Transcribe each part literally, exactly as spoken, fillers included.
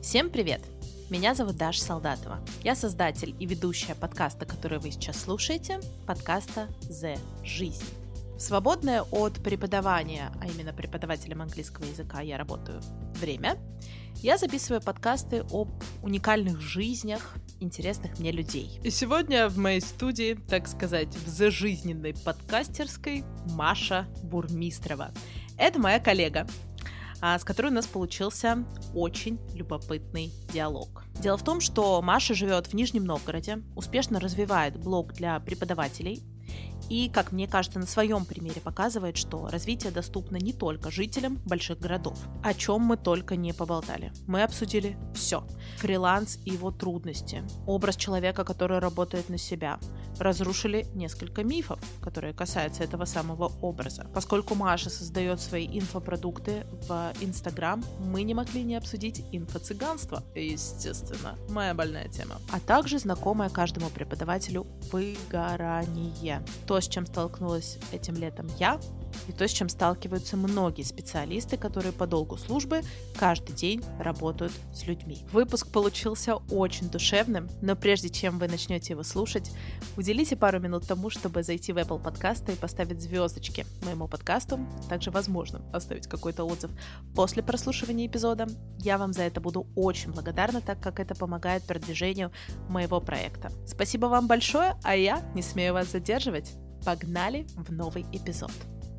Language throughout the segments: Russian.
Всем привет! Меня зовут Даша Солдатова. Я создатель и ведущая подкаста, который вы сейчас слушаете, подкаста «The Жизнь». В свободное от преподавания, а именно преподавателем английского языка я работаю, время, я записываю подкасты об уникальных жизнях интересных мне людей. И сегодня в моей студии, так сказать, в зажизненной подкастерской Маша Бурмистрова. Это моя коллега, с которой у нас получился очень любопытный диалог. Дело в том, что Маша живет в Нижнем Новгороде, успешно развивает блог для преподавателей и, как мне кажется, на своем примере показывает, что развитие доступно не только жителям больших городов. О чем мы только не поболтали. Мы обсудили все. Фриланс и его трудности, образ человека, который работает на себя. Разрушили несколько мифов, которые касаются этого самого образа. Поскольку Маша создает свои инфопродукты в Инстаграм, мы не могли не обсудить инфо-цыганство. Естественно, моя больная тема. А также знакомое каждому преподавателю выгорание. То, с чем столкнулась этим летом я, и то, с чем сталкиваются многие специалисты, которые по долгу службы каждый день работают с людьми. Выпуск получился очень душевным, но прежде чем вы начнете его слушать, уделите пару минут тому, чтобы зайти в Apple подкасты и поставить звездочки моему подкасту. Также возможно оставить какой-то отзыв после прослушивания эпизода. Я вам за это буду очень благодарна, так как это помогает продвижению моего проекта. Спасибо вам большое, а я не смею вас задерживать. Погнали в новый эпизод.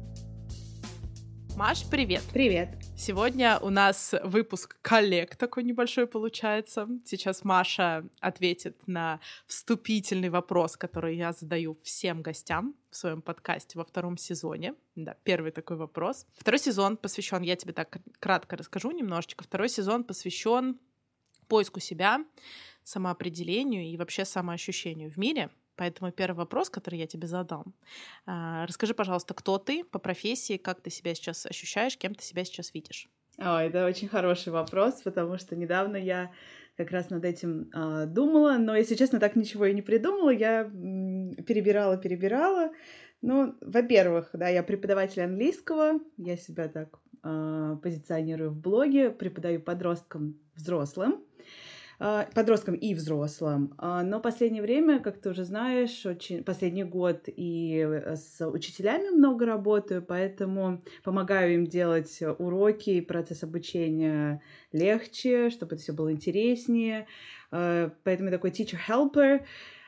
Маш, привет! Привет! Сегодня у нас выпуск коллег такой небольшой получается. Сейчас Маша ответит на вступительный вопрос, который я задаю всем гостям в своем подкасте во втором сезоне. Да, первый такой вопрос. Второй сезон посвящен, я тебе так кратко расскажу немножечко. Второй сезон посвящен поиску себя, самоопределению и вообще самоощущению в мире. Поэтому первый вопрос, который я тебе задам. Расскажи, пожалуйста, кто ты по профессии, как ты себя сейчас ощущаешь, кем ты себя сейчас видишь? О, это очень хороший вопрос, потому что недавно я как раз над этим э, думала, но, если честно, так ничего и не придумала. Я м, перебирала, перебирала. Ну, во-первых, да, я преподаватель английского, я себя так э, позиционирую в блоге, преподаю подросткам, взрослым. подросткам и взрослым. Но в последнее время, как ты уже знаешь, очень, последний год и с учителями много работаю, поэтому помогаю им делать уроки и процесс обучения легче, чтобы это все было интереснее. Поэтому я такой teacher-helper.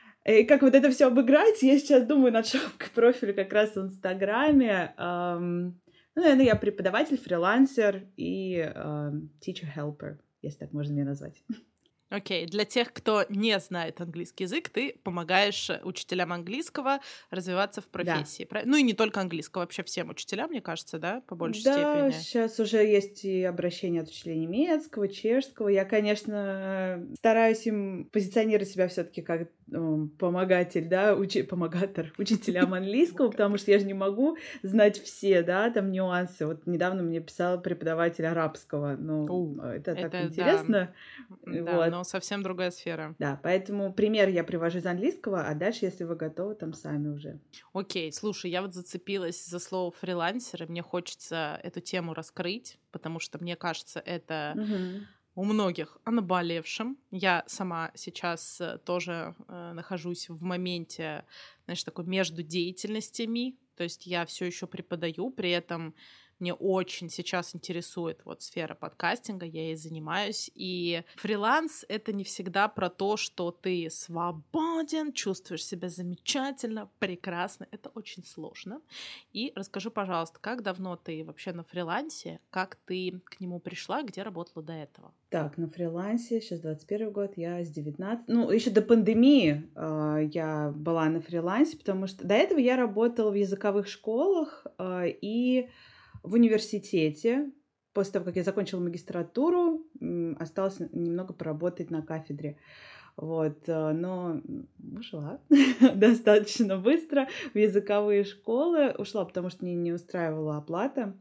И как вот это все обыграть, я сейчас думаю над шапкой профиля как раз в Инстаграме. Ну, наверное, я преподаватель, фрилансер и teacher-helper, если так можно меня назвать. Окей, okay. Для тех, кто не знает английский язык, ты помогаешь учителям английского развиваться в профессии. Да. Ну и не только английского, вообще всем учителям, мне кажется, да, по большей да, степени. Да, сейчас уже есть и обращения от учителей немецкого, чешского. Я, конечно, стараюсь им позиционировать себя все-таки как ну, помогатель, да, учи... помогатор учителям английского, потому что я же не могу знать все, да, там нюансы. Вот недавно мне писал преподаватель арабского, ну, это так интересно. Да, но совсем другая сфера. Да, поэтому пример я привожу из английского, а дальше, если вы готовы, там сами уже. Окей, слушай, я вот зацепилась за слово фрилансер, и мне хочется эту тему раскрыть, потому что, мне кажется, это угу. у многих о наболевшем. Я сама сейчас тоже э, нахожусь в моменте, знаешь, такой между деятельностями, то есть я все еще преподаю, при этом мне очень сейчас интересует вот сфера подкастинга, я ей занимаюсь, и фриланс — это не всегда про то, что ты свободен, чувствуешь себя замечательно, прекрасно, это очень сложно. И расскажи, пожалуйста, как давно ты вообще на фрилансе, как ты к нему пришла, где работала до этого? Так, на фрилансе, сейчас двадцать первый год, я с девятнадцатого, ну, еще до пандемии э, я была на фрилансе, потому что до этого я работала в языковых школах э, и в университете. После того, как я закончила магистратуру, осталось немного поработать на кафедре. Вот, но ушла достаточно быстро в языковые школы. Ушла, потому что мне не устраивала оплата.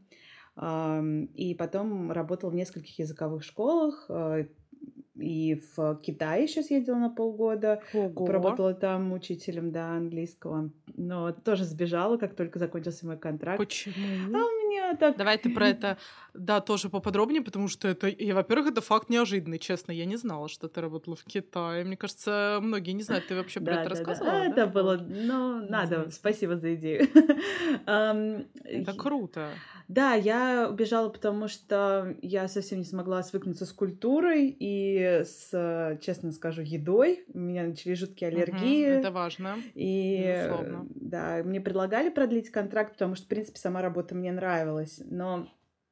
И потом работала в нескольких языковых школах. И в Китай еще съездила на полгода. Ого. Поработала там учителем, да, английского. Но тоже сбежала, как только закончился мой контракт. Почему? А у меня так... Давай ты про это, да, тоже поподробнее, потому что это, и, во-первых, это факт неожиданный, честно. Я не знала, что ты работала в Китае. Мне кажется, многие не знают. Ты вообще про Да, это да, да. рассказывала, А, да? это в было... блоге? Ну, надо. Извините. Спасибо за идею. Ам, Это и- круто. Да, я убежала, потому что я совсем не смогла свыкнуться с культурой и с, э, честно скажу, едой. У меня начались жуткие Мгм, аллергии. это важно, И э, безусловно. да, мне предлагали продлить контракт, потому что, в принципе, сама работа мне нравилась. Но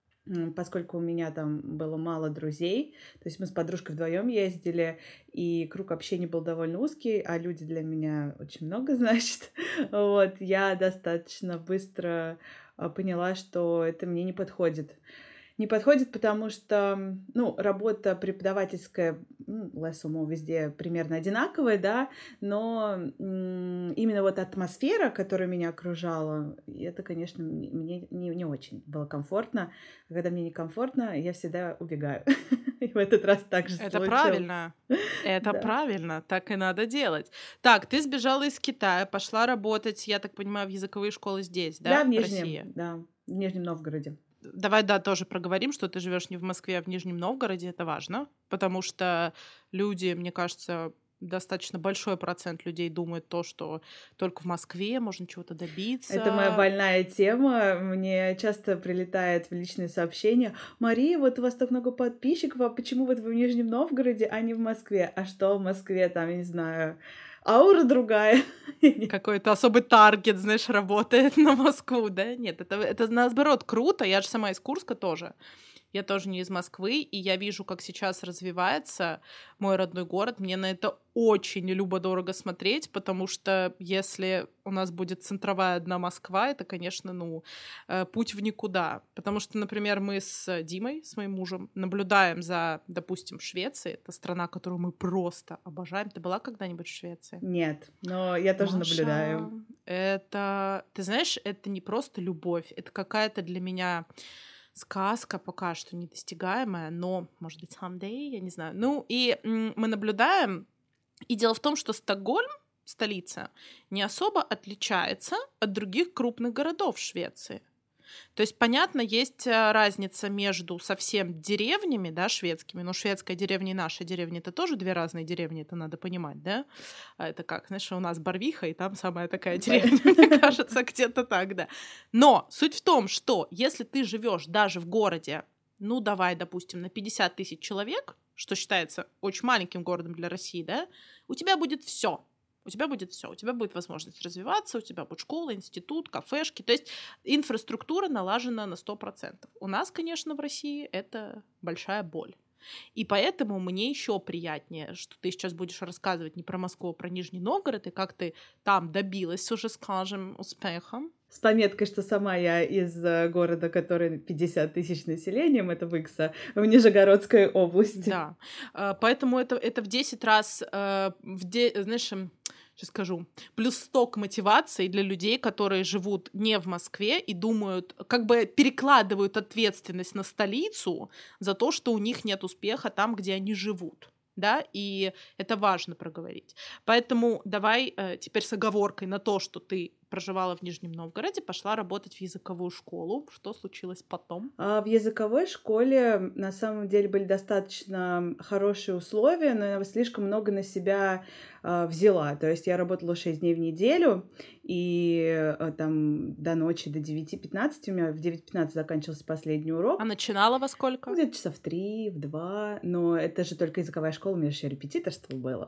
м, поскольку у меня там было мало друзей, то есть мы с подружкой вдвоем ездили, и круг общения был довольно узкий, а люди для меня очень много, значит. Вот, я достаточно быстро а, поняла, что это мне не подходит. Не подходит, потому что, ну, работа преподавательская, ну, less or more, везде примерно одинаковая, да, но м, именно вот атмосфера, которая меня окружала, это, конечно, мне мне не, не очень было комфортно. А когда мне некомфортно, я всегда убегаю. И в этот раз так же Это случилось. правильно. Это Да. правильно, так и надо делать. Так, ты сбежала из Китая, пошла работать, я так понимаю, в языковые школы здесь, Я да, в в Нижнем, России? да, в Нижнем Новгороде. Давай, да, тоже проговорим, что ты живешь не в Москве, а в Нижнем Новгороде. Это важно, потому что люди, мне кажется, достаточно большой процент людей думают то, что только в Москве можно чего-то Это моя добиться. больная тема. Мне часто прилетает в личные сообщения: Мария, вот у вас так много подписчиков, а почему вот вы в Нижнем Новгороде, а не в Москве? А что в Москве, там, я не знаю, аура другая? Какой-то особый таргет, знаешь, работает на Москву, да? Нет, это, это наоборот круто. Я же сама из Курска тоже. Я тоже не из Москвы, и я вижу, как сейчас развивается мой родной город. Мне на это очень любо-дорого смотреть, потому что если у нас будет центровая одна Москва, это, конечно, ну, э, путь в никуда. Потому что, например, мы с Димой, с моим мужем, наблюдаем за, допустим, Швецией. Это страна, которую мы просто обожаем. Ты была когда-нибудь в Швеции? Нет, но я тоже наблюдаю. Маша, это, ты знаешь, это не просто любовь, это какая-то для меня сказка пока что недостигаемая, но, может быть, someday, я не знаю. Ну, и м, мы наблюдаем, и дело в том, что Стокгольм, столица, не особо отличается от других крупных городов Швеции. То есть, понятно, есть э, разница между совсем деревнями, да, шведскими, но шведская деревня и наша деревня — это тоже две разные деревни, это надо понимать, да? А это как, знаешь, у нас Барвиха, и там самая такая деревня, мне кажется, где-то так, да. Но суть в том, что если ты живешь даже в городе, ну, давай, допустим, на пятьдесят тысяч человек, что считается очень маленьким городом для России, да, у тебя будет все. У тебя будет все. У тебя будет возможность развиваться, у тебя будет школа, институт, кафешки. То есть инфраструктура налажена на сто процентов. У нас, конечно, в России это большая боль. И поэтому мне еще приятнее, что ты сейчас будешь рассказывать не про Москву, а про Нижний Новгород, и как ты там добилась уже, скажем, успеха. С пометкой, что сама я из э, города, который пятьдесят тысяч населением, это Выкса, в Нижегородской области. Да, Э, поэтому это, это в десять раз, э, в де- знаешь, м, сейчас скажу, плюс сто к мотивации для людей, которые живут не в Москве и думают, как бы перекладывают ответственность на столицу за то, что у них нет успеха там, где они живут. Да, и это важно проговорить. Поэтому давай э, теперь с оговоркой на то, что ты проживала в Нижнем Новгороде, пошла работать в языковую школу. Что случилось потом? А в языковой школе на самом деле были достаточно хорошие условия, но я слишком много на себя а, взяла. То есть я работала шесть дней в неделю, и а, там до ночи, до девяти пятнадцати, у меня в девять пятнадцать заканчивался последний урок. А начинала во Ну, сколько? где-то часа в три, в два, но это же только языковая школа, у меня же еще репетиторство было.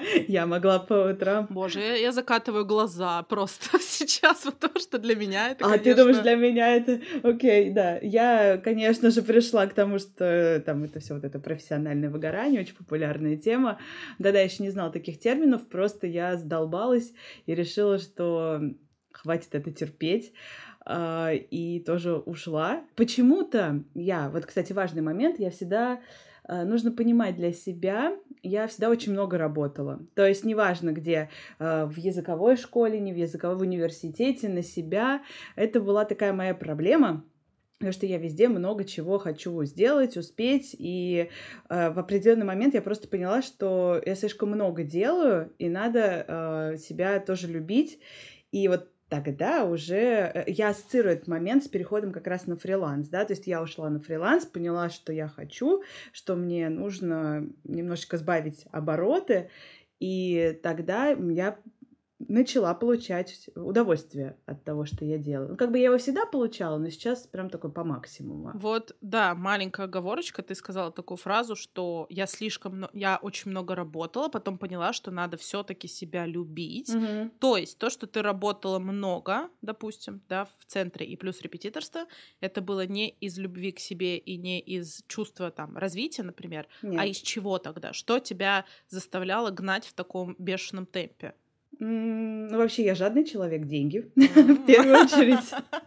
Я могла по утрам. Боже, я, я закатываю глаза просто сейчас, потому что для меня это, А конечно... ты думаешь, для меня это... Окей, да. Я, конечно же, пришла к тому, что там это все вот это профессиональное выгорание, очень популярная тема. Да-да, я еще не знала таких терминов, просто я сдолбалась и решила, что хватит это терпеть, а, и тоже ушла. Почему-то я... Вот, кстати, важный момент, я всегда... а, Нужно понимать для себя, я всегда очень много работала. То есть неважно, где, а, в языковой школе, не в языковом в университете, на себя. Это была такая моя проблема, потому что я везде много чего хочу сделать, успеть, и э, в определенный момент я просто поняла, что я слишком много делаю, и надо э, себя тоже любить. И вот тогда уже я ассоциирую этот момент с переходом как раз на фриланс, да, то есть я ушла на фриланс, поняла, что я хочу, что мне нужно немножечко сбавить обороты, и тогда я начала получать удовольствие от того, что я делаю. Ну, как бы я его всегда получала, но сейчас прям такой по максимуму. Вот, да, маленькая оговорочка. Ты сказала такую фразу, что я слишком, мно- я очень много работала, потом поняла, что надо все-таки себя любить. Мгм. То есть то, что ты работала много, допустим, да, в центре и плюс репетиторство, это было не из любви к себе и не из чувства там развития, например, а Нет. из чего тогда? Что тебя заставляло гнать в таком бешеном темпе? М, Ну, вообще, я жадный человек, деньги. В первую очередь.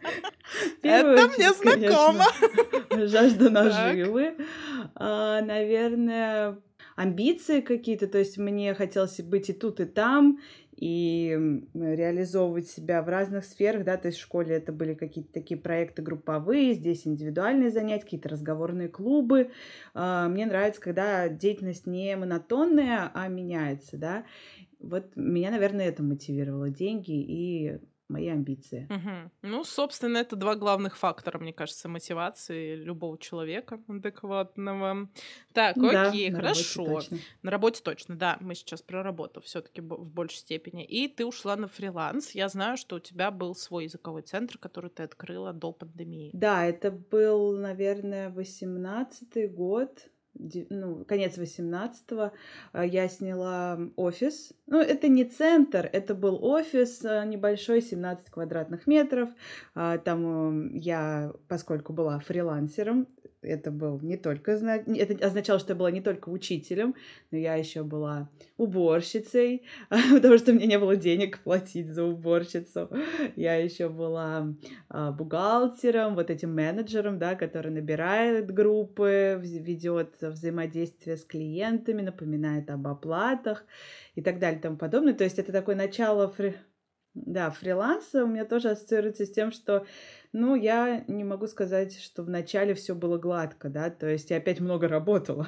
В первую Это мне очередь, знакомо. конечно, жажда Так. наживы. А, Наверное, амбиции какие-то. То есть мне хотелось быть и тут, и там, и м, реализовывать себя в разных сферах, да, то есть в школе это были какие-то такие проекты групповые, здесь индивидуальные занятия, какие-то разговорные клубы. А, Мне нравится, когда деятельность не монотонная, а меняется, да. Вот меня, наверное, это мотивировало: деньги и мои амбиции. Мгм. Ну, собственно, это два главных фактора, мне кажется, мотивации любого человека адекватного. Так, Да, окей, на работе хорошо. точно. На работе точно, да, мы сейчас про работу все-таки в большей степени. И ты ушла на фриланс. Я знаю, что у тебя был свой языковой центр, который ты открыла до пандемии. Да, это был, наверное, восемнадцатый год, де- ну, конец восемнадцатого. А, Я сняла офис. Ну, это не центр, это был офис а, небольшой, семнадцать квадратных метров. А, Там м, я, поскольку была фрилансером, это был не только, зна- это означало, что я была не только учителем, но я еще была уборщицей, потому что мне не было денег платить за уборщицу. Я еще была а, бухгалтером, вот этим менеджером, да, который набирает группы, вз- ведет взаимодействие с клиентами, напоминает об оплатах и так далее и тому подобное. То есть это такое начало фри... да, фриланса у меня тоже ассоциируется с тем, что, ну, я не могу сказать, что вначале все было гладко, да, то есть я опять много работала,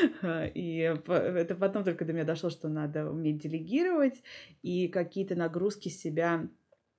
и по- это потом только до меня дошло, что надо уметь делегировать и какие-то нагрузки с себя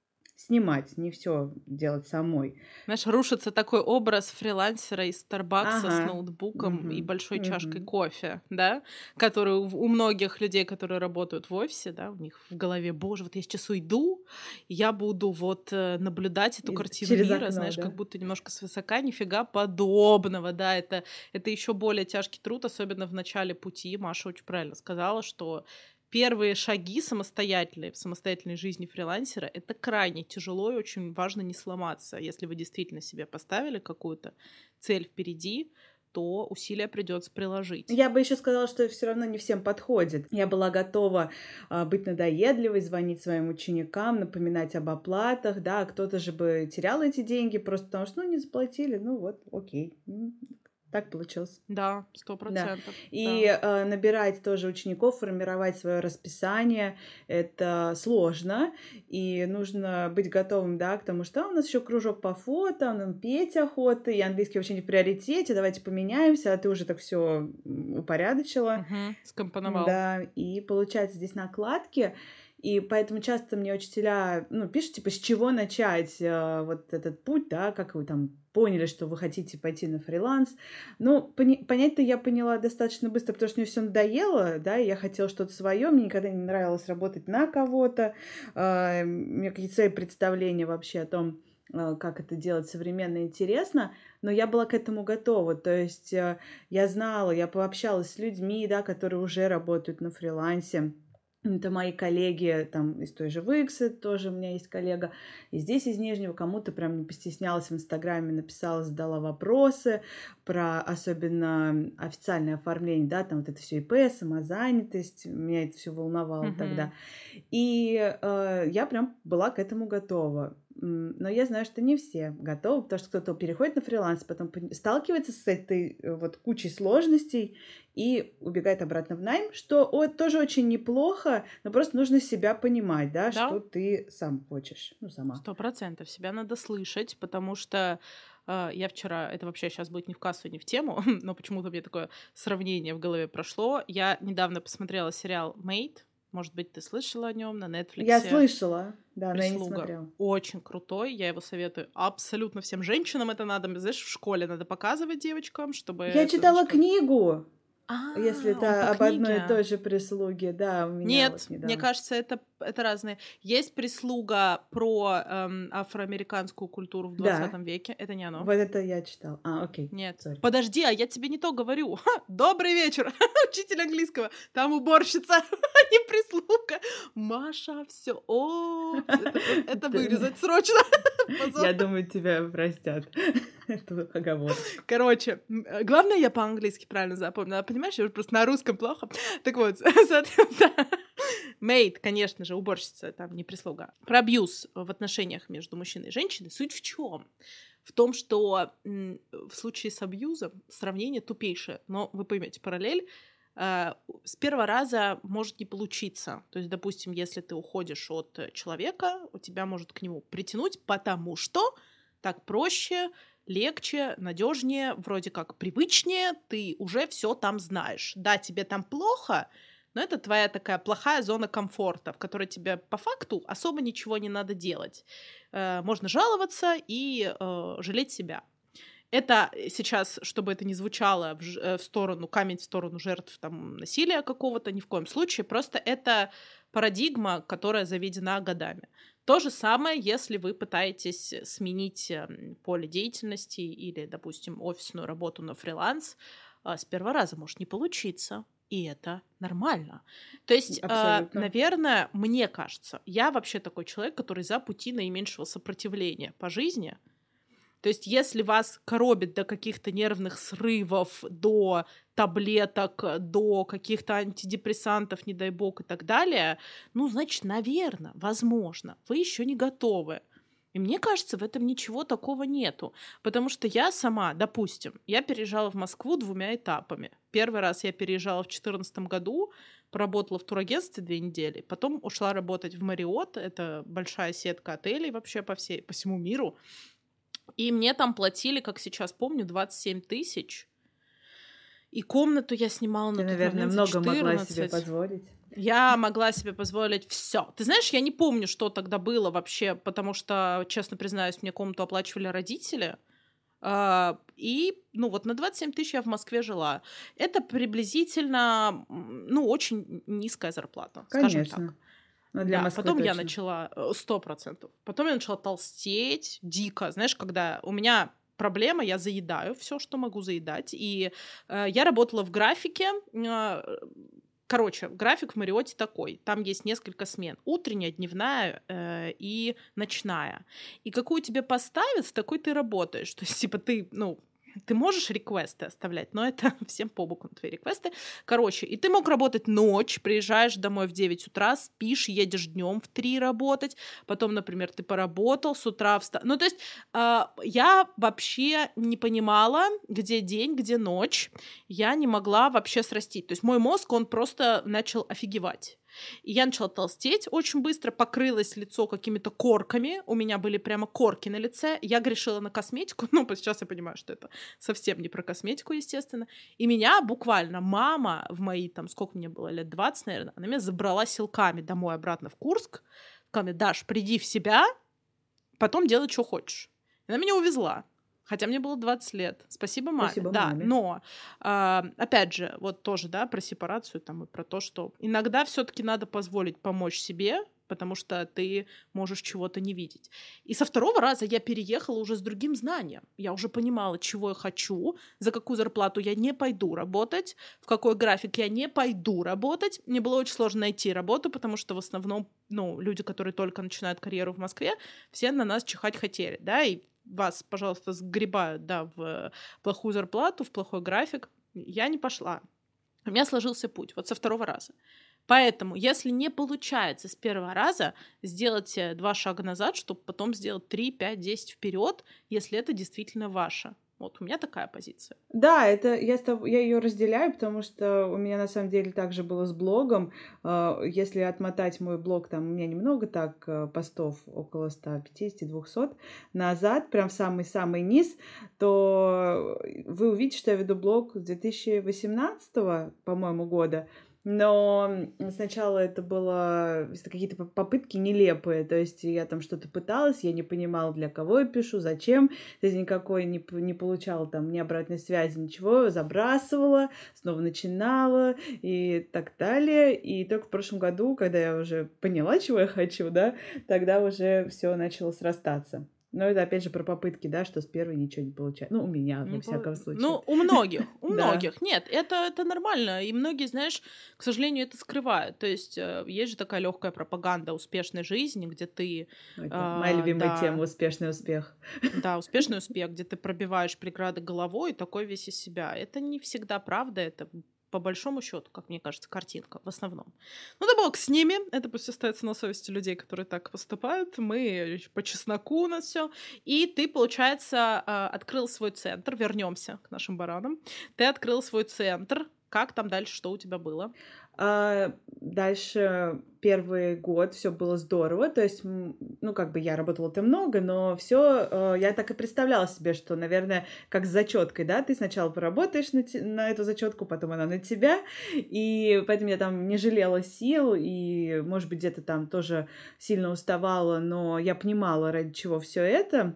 снимать, не все делать самой. Знаешь, рушится такой образ фрилансера из Старбакса с Ага. ноутбуком и Мгм. большой чашкой Мгм. кофе, да, который у у многих людей, которые работают в офисе, да, у них в голове: боже, вот я сейчас уйду, и я буду вот э, наблюдать эту Из картину через мира, окно, знаешь, как да. будто немножко свысока, нифига подобного, да, это, это еще более тяжкий труд, особенно в начале пути. Маша очень правильно сказала, что первые шаги самостоятельные в самостоятельной жизни фрилансера — это крайне тяжело и очень важно не сломаться. Если вы действительно себе поставили какую-то цель впереди, то усилия придется приложить. Я бы еще сказала, что все равно не всем подходит. Я была готова а, быть надоедливой, звонить своим ученикам, напоминать об оплатах, да, а кто-то же бы терял эти деньги просто потому что, ну, не заплатили, ну вот, окей, М, так получилось. Да, сто Да. процентов. И э, набирать тоже учеников, формировать свое расписание, это сложно, и нужно быть готовым, да, к тому, что «А, у нас еще кружок по фото, нам петь охота, и английский вообще не в приоритете, давайте поменяемся, а ты уже так все упорядочила. Угу, скомпоновал. Да, и получается здесь накладки, и поэтому часто мне учителя, ну, пишут, типа, с чего начать э, вот этот путь, да, как вы там поняли, что вы хотите пойти на фриланс. Ну, пони- понять-то я поняла достаточно быстро, потому что мне все надоело, да, и я хотела что-то свое, мне никогда не нравилось работать на кого-то, э, у меня какие-то свои представления вообще о том, э, как это делать современно и интересно, но я была к этому готова, то есть э, я знала, я пообщалась с людьми, да, которые уже работают на фрилансе. Это мои коллеги там из той же Виксы, тоже у меня есть коллега, и здесь из Нижнего, кому-то прям не постеснялась в Инстаграме, написала, задала вопросы про особенно официальное оформление, да, там вот это все ИП, самозанятость, меня это все волновало Мгм. тогда. И э, я прям была к этому готова. М, Но я знаю, что не все готовы, потому что кто-то переходит на фриланс, потом пон- сталкивается с этой э, вот кучей сложностей и убегает обратно в найм, что о, тоже очень неплохо, но просто нужно себя понимать, да, Да, что ты сам хочешь, ну, сама. сто процентов. Себя надо слышать, потому что э, я вчера, это вообще сейчас будет не в кассу, не в тему, но почему-то мне такое сравнение в голове прошло. Я недавно посмотрела сериал «Made». Может быть, ты слышала о нем на Netflix? Я слышала, да, но я не «Прислуга». смотрела. Очень крутой, я его советую абсолютно всем женщинам. Это надо, знаешь, в школе надо показывать девочкам, чтобы Я это, читала знаешь, как... книгу, если А, он это по об одной и книге. той же прислуге. Да, у меня вот Нет, мне недавно. кажется, это, это разные. Есть «Прислуга» про эм, афроамериканскую культуру в Да, двадцатом веке. Это не оно. вот это я читала. А, окей, Нет. сори. Подожди, а я тебе не то говорю. Ха, добрый вечер, учитель английского. Там уборщица, а не прислуга. Маша, все. О, это, это вырезать срочно. Позор. Я думаю, тебя простят эту оговорочку. Короче, м, э, главное, я по-английски правильно запомнила. Понимаешь, я уже просто на русском плохо. Так вот, соответственно, мейд, конечно же, уборщица, там не прислуга. Про абьюз в отношениях между мужчиной и женщиной. Суть в чем? В том, что м, в случае с абьюзом сравнение тупейшее, но вы поймете параллель. э, С первого раза может не получиться. То есть, допустим, если ты уходишь от э, человека, у тебя может к нему притянуть, потому что так проще, легче, надежнее, вроде как привычнее, ты уже все там знаешь. Да, тебе там плохо, но это твоя такая плохая зона комфорта, в которой тебе по факту особо ничего не надо делать. Э, Можно жаловаться и э, жалеть себя. Это сейчас, чтобы это не звучало в, ж- э, в сторону, камень в сторону жертв там, насилия какого-то, ни в коем случае. Просто это парадигма, которая заведена годами. То же самое, если вы пытаетесь сменить эм, поле деятельности или, допустим, офисную работу на фриланс, а, с первого раза может не получиться. И это нормально. То есть, э, Абсолютно. наверное, мне кажется, я вообще такой человек, который за пути наименьшего сопротивления по жизни. То есть, если вас коробит до каких-то нервных срывов, до таблеток, до каких-то антидепрессантов, не дай бог, и так далее, ну, значит, наверное, возможно, вы еще не готовы. И мне кажется, в этом ничего такого нету. Потому что я сама, допустим, я переезжала в Москву двумя этапами. Первый раз я переезжала в две тысячи четырнадцатом году, поработала в турагентстве две недели, потом ушла работать в Marriott, это большая сетка отелей вообще по, всей, по всему миру. И мне там платили, как сейчас помню, двадцать семь тысяч. И комнату я снимала Ты, на тот наверное, момент за много могла себе четырнадцать. позволить. Я могла себе позволить все. Ты знаешь, я не помню, что тогда было вообще, потому что, честно признаюсь, мне комнату оплачивали родители. А, И, ну, вот на двадцать семь тысяч я в Москве жила. Это приблизительно, м, ну, очень низкая зарплата, скажем так. Конечно. Но для Да, Москвы потом я точно. начала э, сто процентов. Потом я начала толстеть дико. Знаешь, когда у меня проблема, я заедаю все, что могу заедать. И э, я работала в графике. э, Короче, график в Marriott такой. Там есть несколько смен. Утренняя, дневная э, и ночная. И какую тебе поставят, с такой ты работаешь. То есть, типа, ты, ну, ты можешь реквесты оставлять, но это всем по боку на твои реквесты. Короче, и ты мог работать ночь, приезжаешь домой в девять утра, спишь, едешь днем в три работать, потом, например, ты поработал, с утра встал. Ну, то есть э, я вообще не понимала, где день, где ночь. Я не могла вообще срастить. То есть мой мозг, он просто начал офигевать. И я начала толстеть очень быстро, покрылось лицо какими-то корками, у меня были прямо корки на лице, я грешила на косметику, ну, сейчас я понимаю, что это совсем не про косметику, естественно, и меня буквально мама в мои, там, сколько мне было, лет двадцать, наверное, она меня забрала силками домой обратно в Курск, сказала мне: Даш, приди в себя, потом делай, что хочешь. И она меня увезла. Хотя мне было двадцать лет. Спасибо маме. Спасибо да, маме. но, а, опять же, вот тоже, да, про сепарацию там и про то, что иногда все-таки надо позволить помочь себе, потому что ты можешь чего-то не видеть. И со второго раза я переехала уже с другим знанием. Я уже понимала, чего я хочу, за какую зарплату я не пойду работать, в какой график я не пойду работать. Мне было очень сложно найти работу, потому что в основном, ну, люди, которые только начинают карьеру в Москве, все на нас чихать хотели, да, и вас, пожалуйста, сгребают, да, в плохую зарплату, в плохой график. Я не пошла. У меня сложился путь вот со второго раза. Поэтому, если не получается с первого раза, сделайте два шага назад, чтобы потом сделать три, пять, десять вперед, если это действительно ваше. Вот у меня такая позиция. Да, это я, с тоб- я ее разделяю, потому что у меня на самом деле также было с блогом. Э, Если отмотать мой блог, там у меня немного так э, постов, около сто пятьдесят - двести назад, прям в самый-самый низ, то вы увидите, что я веду блог с две тысячи восемнадцатого, по-моему, года. но сначала это было какие-то попытки нелепые, то есть я там что-то пыталась, я не понимала, для кого я пишу, зачем, то есть никакой не, не получала там ни обратной связи, ничего, забрасывала, снова начинала и так далее, и только в прошлом году, когда я уже поняла, чего я хочу, да, тогда уже все начало срастаться. Но это, опять же, про попытки, да, что с первой ничего не получается. Ну, у меня, Не во по- всяком случае. Ну, у многих, у Да. многих. Нет, это, это нормально. И многие, знаешь, к сожалению, это скрывают. То есть э, есть же такая легкая пропаганда успешной жизни, где ты... Это а, моя любимая да, тема — успешный успех. Да, успешный успех, где ты пробиваешь преграды головой, такой весь из себя. Это не всегда правда, это по большому счету, как мне кажется, картинка в основном. Ну да бог с ними, это пусть остается на совести людей, которые так поступают. Мы по чесноку у нас все. И ты, получается, а, открыл свой центр. Вернемся к нашим баранам. Ты открыл свой центр. Как там дальше, что у тебя было? А дальше первый год все было здорово, то есть, м, ну, как бы я работала-то много, но все, я так и представляла себе, что, наверное, как с зачеткой, да, ты сначала поработаешь на, те- на эту зачетку, потом она на тебя, и поэтому я там не жалела сил, и, может быть, где-то там тоже сильно уставала, но я понимала, ради чего все это.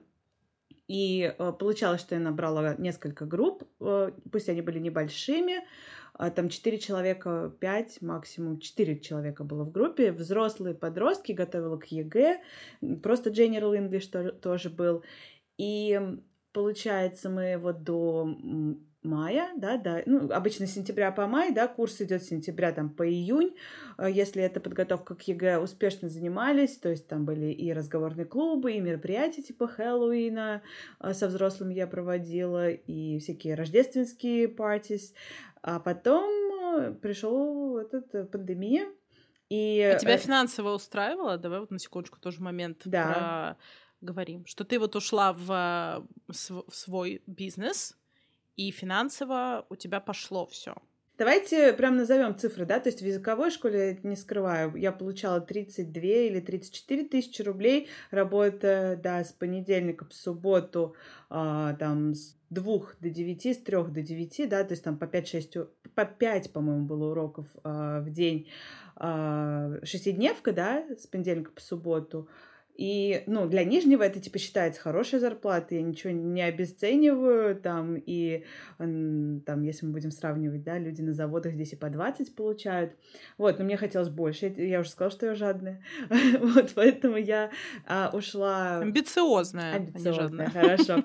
И э, получалось, что я набрала несколько групп, э, пусть они были небольшими, а, там четыре человека, пять максимум, четыре человека было в группе, взрослые подростки, готовила к ЕГЭ, м, просто General English то- тоже был. И м, получается, мы вот до м, мая, да, да, ну, обычно с сентября по май, да, курс идет с сентября там по июнь, а если это подготовка к ЕГЭ, успешно занимались, то есть там были и разговорные клубы, и мероприятия типа Хэллоуина а, со взрослыми я проводила, и всякие рождественские партис, а потом пришел этот э, пандемия, и А тебя э, финансово устраивало? Давай вот на секундочку тоже момент да. проговорим. Что ты вот ушла в, а, св- в свой бизнес, и финансово у тебя пошло все. Давайте прям назовем цифры, да, то есть в языковой школе, не скрываю, я получала тридцать две или тридцать четыре тысячи рублей, работая, да, с понедельника по субботу, а, там, с двух до девяти, с трех до девяти, да, то есть там по пять-шесть, у- по пять, по-моему, было уроков а, в день, а, шестидневка, да, с понедельника по субботу. И, ну, для Нижнего это, типа, считается хорошая зарплата, я ничего не обесцениваю, там, и М, там, если мы будем сравнивать, да, люди на заводах здесь и по двадцать получают. Вот, но мне хотелось больше. Я я уже сказала, что я жадная. Вот, поэтому я а, ушла Амбициозная, а не амбициозная, жадная. хорошо.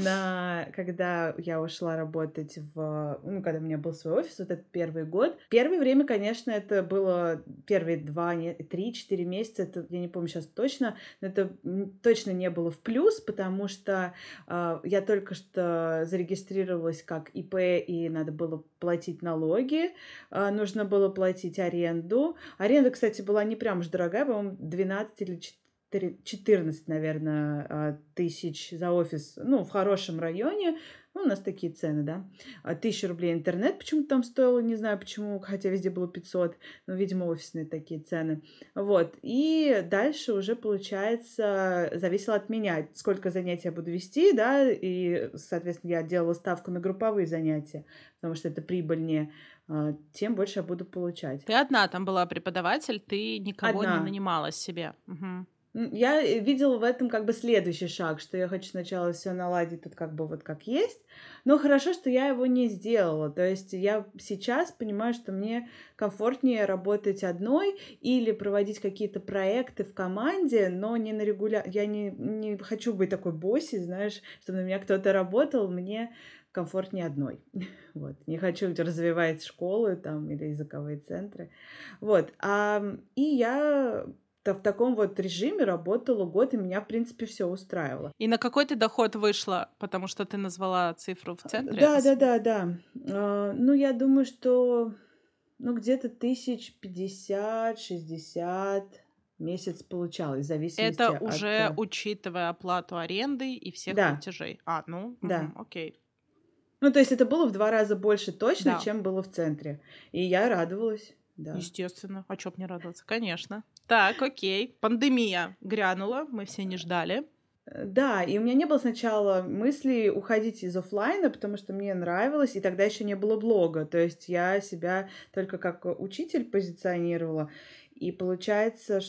На, когда я ушла работать в, ну, когда у меня был свой офис, вот этот первый год. Первое время, конечно, это было первые два, не- три-четыре месяца, это, я не помню сейчас точно, но это м, точно не было в плюс, потому что а, я только что зарегистрировалась как ИП, и надо было платить налоги, а, нужно было платить аренду. Аренда, кстати, была не прям уж дорогая, по-моему, двенадцать или четырнадцать, наверное, а, тысяч за офис, ну, в хорошем районе. Ну, у нас такие цены, да. А, Тысяча рублей интернет почему-то там стоило, не знаю почему, хотя везде было пятьсот, но, видимо, офисные такие цены. Вот. И дальше уже, получается, зависело от меня, сколько занятий я буду вести, да, и, соответственно, я делала ставку на групповые занятия, потому что это прибыльнее, а, тем больше я буду получать. Ты одна там была преподаватель, ты никого не Одна. нанимала себе. Мгм. М, Я э, видела в этом как бы следующий шаг, что я хочу сначала все наладить тут как бы вот как есть, но хорошо, что я его не сделала. То есть я сейчас понимаю, что мне комфортнее работать одной или проводить какие-то проекты в команде, но не на регуля... Я не, не хочу быть такой босси, знаешь, чтобы на меня кто-то работал, мне комфортнее одной. Вот. Не хочу развивать школы там или языковые центры. Вот. А, и я та- в таком вот режиме работала год, и меня, в принципе, все устраивало. И на какой ты доход вышла, потому что ты назвала цифру в центре? Да, С- да, да, да. А, ну, я думаю, что ну, где-то тысяч пятьдесят, шестьдесят месяц получалось, в зависимости Это от... уже э, учитывая оплату аренды и всех Да, платежей. А, ну, да. мгм, окей. Ну, то есть это было в два раза больше точно, Да, чем было в центре. И я радовалась, да. естественно. А чё б не радоваться? Конечно. Так, окей. Пандемия грянула, мы все не ждали. Да, и у меня не было сначала мысли уходить из оффлайна, потому что мне нравилось, и тогда еще не было блога. То есть я себя только как учитель позиционировала. И получается,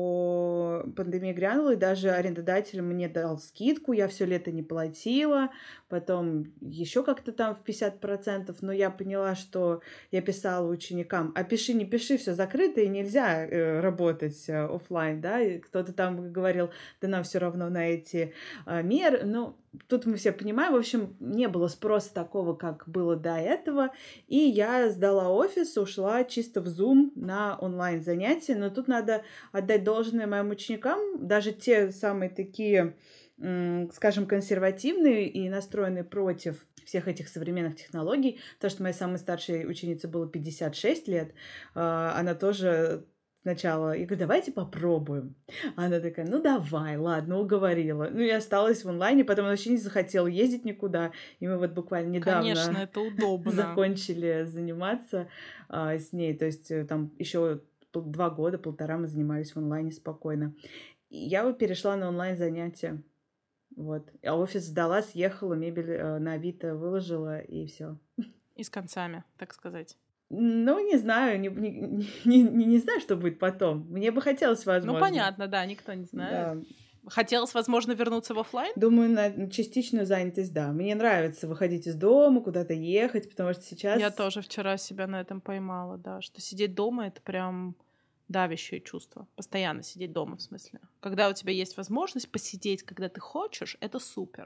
что пандемия грянула, и даже арендодатель мне дал скидку, я все лето не платила, потом еще как-то там в пятьдесят процентов, но я поняла, что я писала ученикам: а пиши, не пиши, все закрыто, и нельзя э, работать э, оффлайн, да, и кто-то там говорил: да нам все равно на эти э, меры, ну, тут мы все понимаем, в общем, не было спроса такого, как было до этого, и я сдала офис, ушла чисто в Zoom на онлайн-занятия, но тут надо отдать должное моим ученикам, даже те самые такие, скажем, консервативные и настроенные против всех этих современных технологий, потому что моей самой старшей ученице было пятьдесят шесть лет, она тоже сначала, я говорю: давайте попробуем. Она такая: ну давай, ладно, уговорила. Ну и осталась в онлайне, потом она вообще не захотела ездить никуда, и мы вот буквально недавно Конечно, это удобно. закончили заниматься а, с ней, то есть там еще два года, полтора мы занимались в онлайне спокойно. И я вот перешла на онлайн занятия. Вот. А офис сдала, съехала, мебель э, на Авито выложила, и все. И с концами, так сказать. Ну, не знаю, не, не, не, не, не знаю, что будет потом. Мне бы хотелось, возможно. Ну, понятно, да, никто не знает. Да. Хотелось, возможно, вернуться в офлайн? Думаю, на частичную занятость, да. Мне нравится выходить из дома, куда-то ехать, потому что сейчас... Я тоже вчера себя на этом поймала, да, что сидеть дома — это прям давящее чувство. Постоянно сидеть дома, в смысле. Когда у тебя есть возможность посидеть, когда ты хочешь, это супер.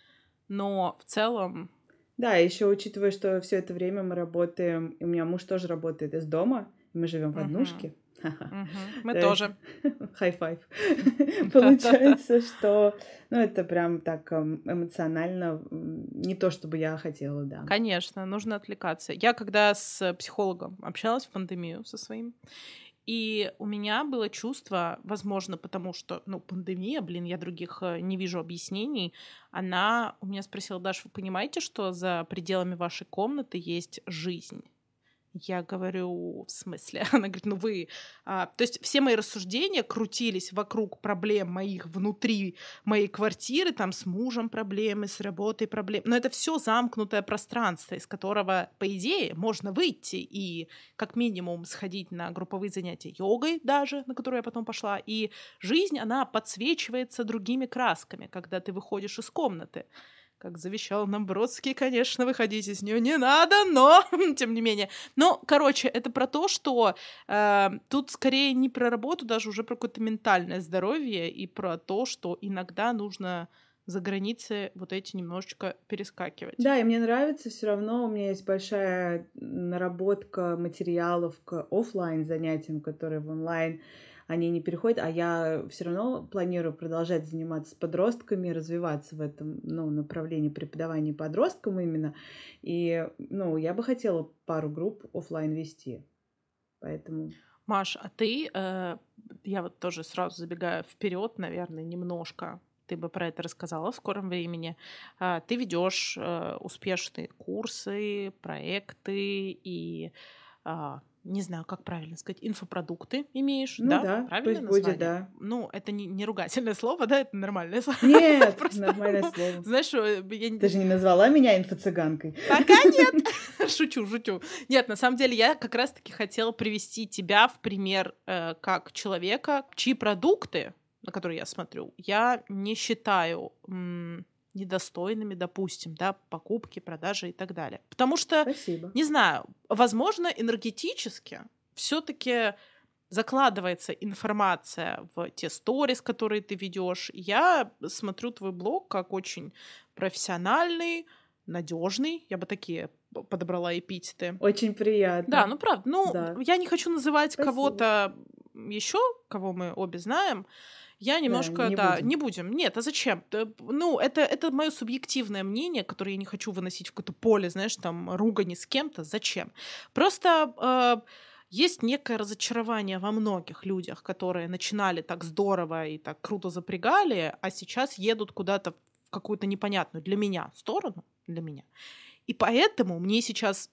Но в целом... Да, еще учитывая, что все это время мы работаем, и у меня муж тоже работает из дома, и мы живем в однушке. Мы тоже. Хай-файв. Получается, что, ну, это прям так эмоционально не то, чтобы я хотела, да. Конечно, нужно отвлекаться. Я когда с психологом общалась в пандемию со своим, и у меня было чувство, возможно, потому что, ну, пандемия, блин, я других не вижу объяснений, она у меня спросила: Даш, вы понимаете, что за пределами вашей комнаты есть жизнь? Я говорю: в смысле? Она говорит: ну вы... А, то есть все мои рассуждения крутились вокруг проблем моих внутри моей квартиры, там с мужем проблемы, с работой проблемы. Но это все замкнутое пространство, из которого, по идее, можно выйти и как минимум сходить на групповые занятия йогой даже, на которые я потом пошла. И жизнь, она подсвечивается другими красками, когда ты выходишь из комнаты. Как завещал нам Бродский, конечно, выходить из нее не надо, но тем не менее. Но, короче, это про то, что э, тут скорее не про работу, даже уже про какое-то ментальное здоровье и про то, что иногда нужно за границы вот эти немножечко перескакивать. Да, и мне нравится все равно, у меня есть большая наработка материалов к офлайн занятиям, которые в онлайн они не переходят, а я все равно планирую продолжать заниматься с подростками, развиваться в этом, ну, направлении преподавания подросткам именно. И, ну, я бы хотела пару групп офлайн вести, поэтому... Маш, а ты, э, я вот тоже сразу забегаю вперед, наверное, немножко, ты бы про это рассказала в скором времени. Э, ты ведешь э, успешные курсы, проекты и... Э, не знаю, как правильно сказать, инфопродукты имеешь, ну, да? да, Правильно пусть название? Будет, да. Ну, это не, не ругательное слово, да? Это нормальное слово. Нет, просто, нормальное слово. Знаешь, я... Ты же не назвала меня инфо-цыганкой. Пока нет. Шучу, шучу. Нет, на самом деле я как раз-таки хотела привести тебя в пример э, как человека, чьи продукты, на которые я смотрю, я не считаю... М- недостойными, допустим, да, покупки, продажи и так далее. Потому что, Спасибо. не знаю, возможно, энергетически все-таки закладывается информация в те сторис, которые ты ведешь. Я смотрю твой блог как очень профессиональный, надежный, я бы такие подобрала эпитеты. Очень приятно. Да, ну правда. Ну, да. я не хочу называть Спасибо. кого-то еще, кого мы обе знаем. Я немножко, да, не, да, будем. не будем. Нет, а зачем? Ну, это, это мое субъективное мнение, которое я не хочу выносить в какое-то поле, знаешь, там, ругани с кем-то. Зачем? Просто э, есть некое разочарование во многих людях, которые начинали так здорово и так круто запрягали, а сейчас едут куда-то в какую-то непонятную для меня сторону, для меня. И поэтому мне сейчас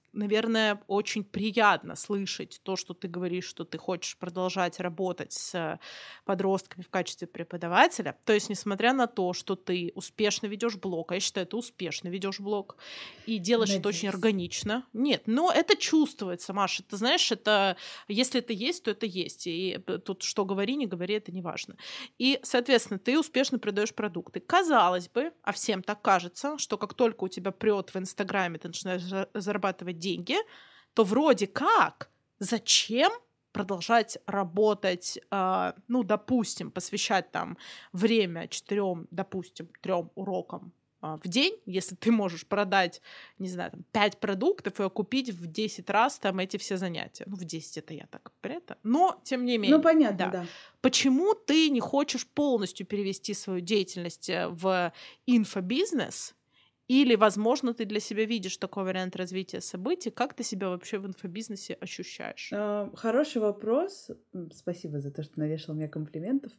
наверное, очень приятно слышать то, что ты говоришь, что ты хочешь продолжать работать с подростками в качестве преподавателя. То есть, несмотря на то, что ты успешно ведешь блог, а я считаю, ты успешно ведешь блог, и делаешь это очень Надеюсь. органично. Нет, но это чувствуется, Маша. Ты знаешь, это если это есть, то это есть. И тут что говори, не говори, это не важно. И, соответственно, ты успешно продаешь продукты. Казалось бы, а всем так кажется, что как только у тебя прет в Инстаграме, ты начинаешь за- зарабатывать деньги, то вроде как зачем продолжать работать, а, ну, допустим, посвящать там время четырем, допустим, трем урокам а, в день, если ты можешь продать, не знаю, там, пять продуктов и окупить в десять раз там эти все занятия. Ну, в десять это я так про это. Но, тем не Ну, менее, понятно, да. да. Почему ты не хочешь полностью перевести свою деятельность э, в инфобизнес? Или, возможно, ты для себя видишь такой вариант развития событий? Как ты себя вообще в инфобизнесе ощущаешь? А, Хороший вопрос. М, Спасибо за то, что навешал мне комплиментов.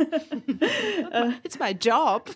А, It's my job.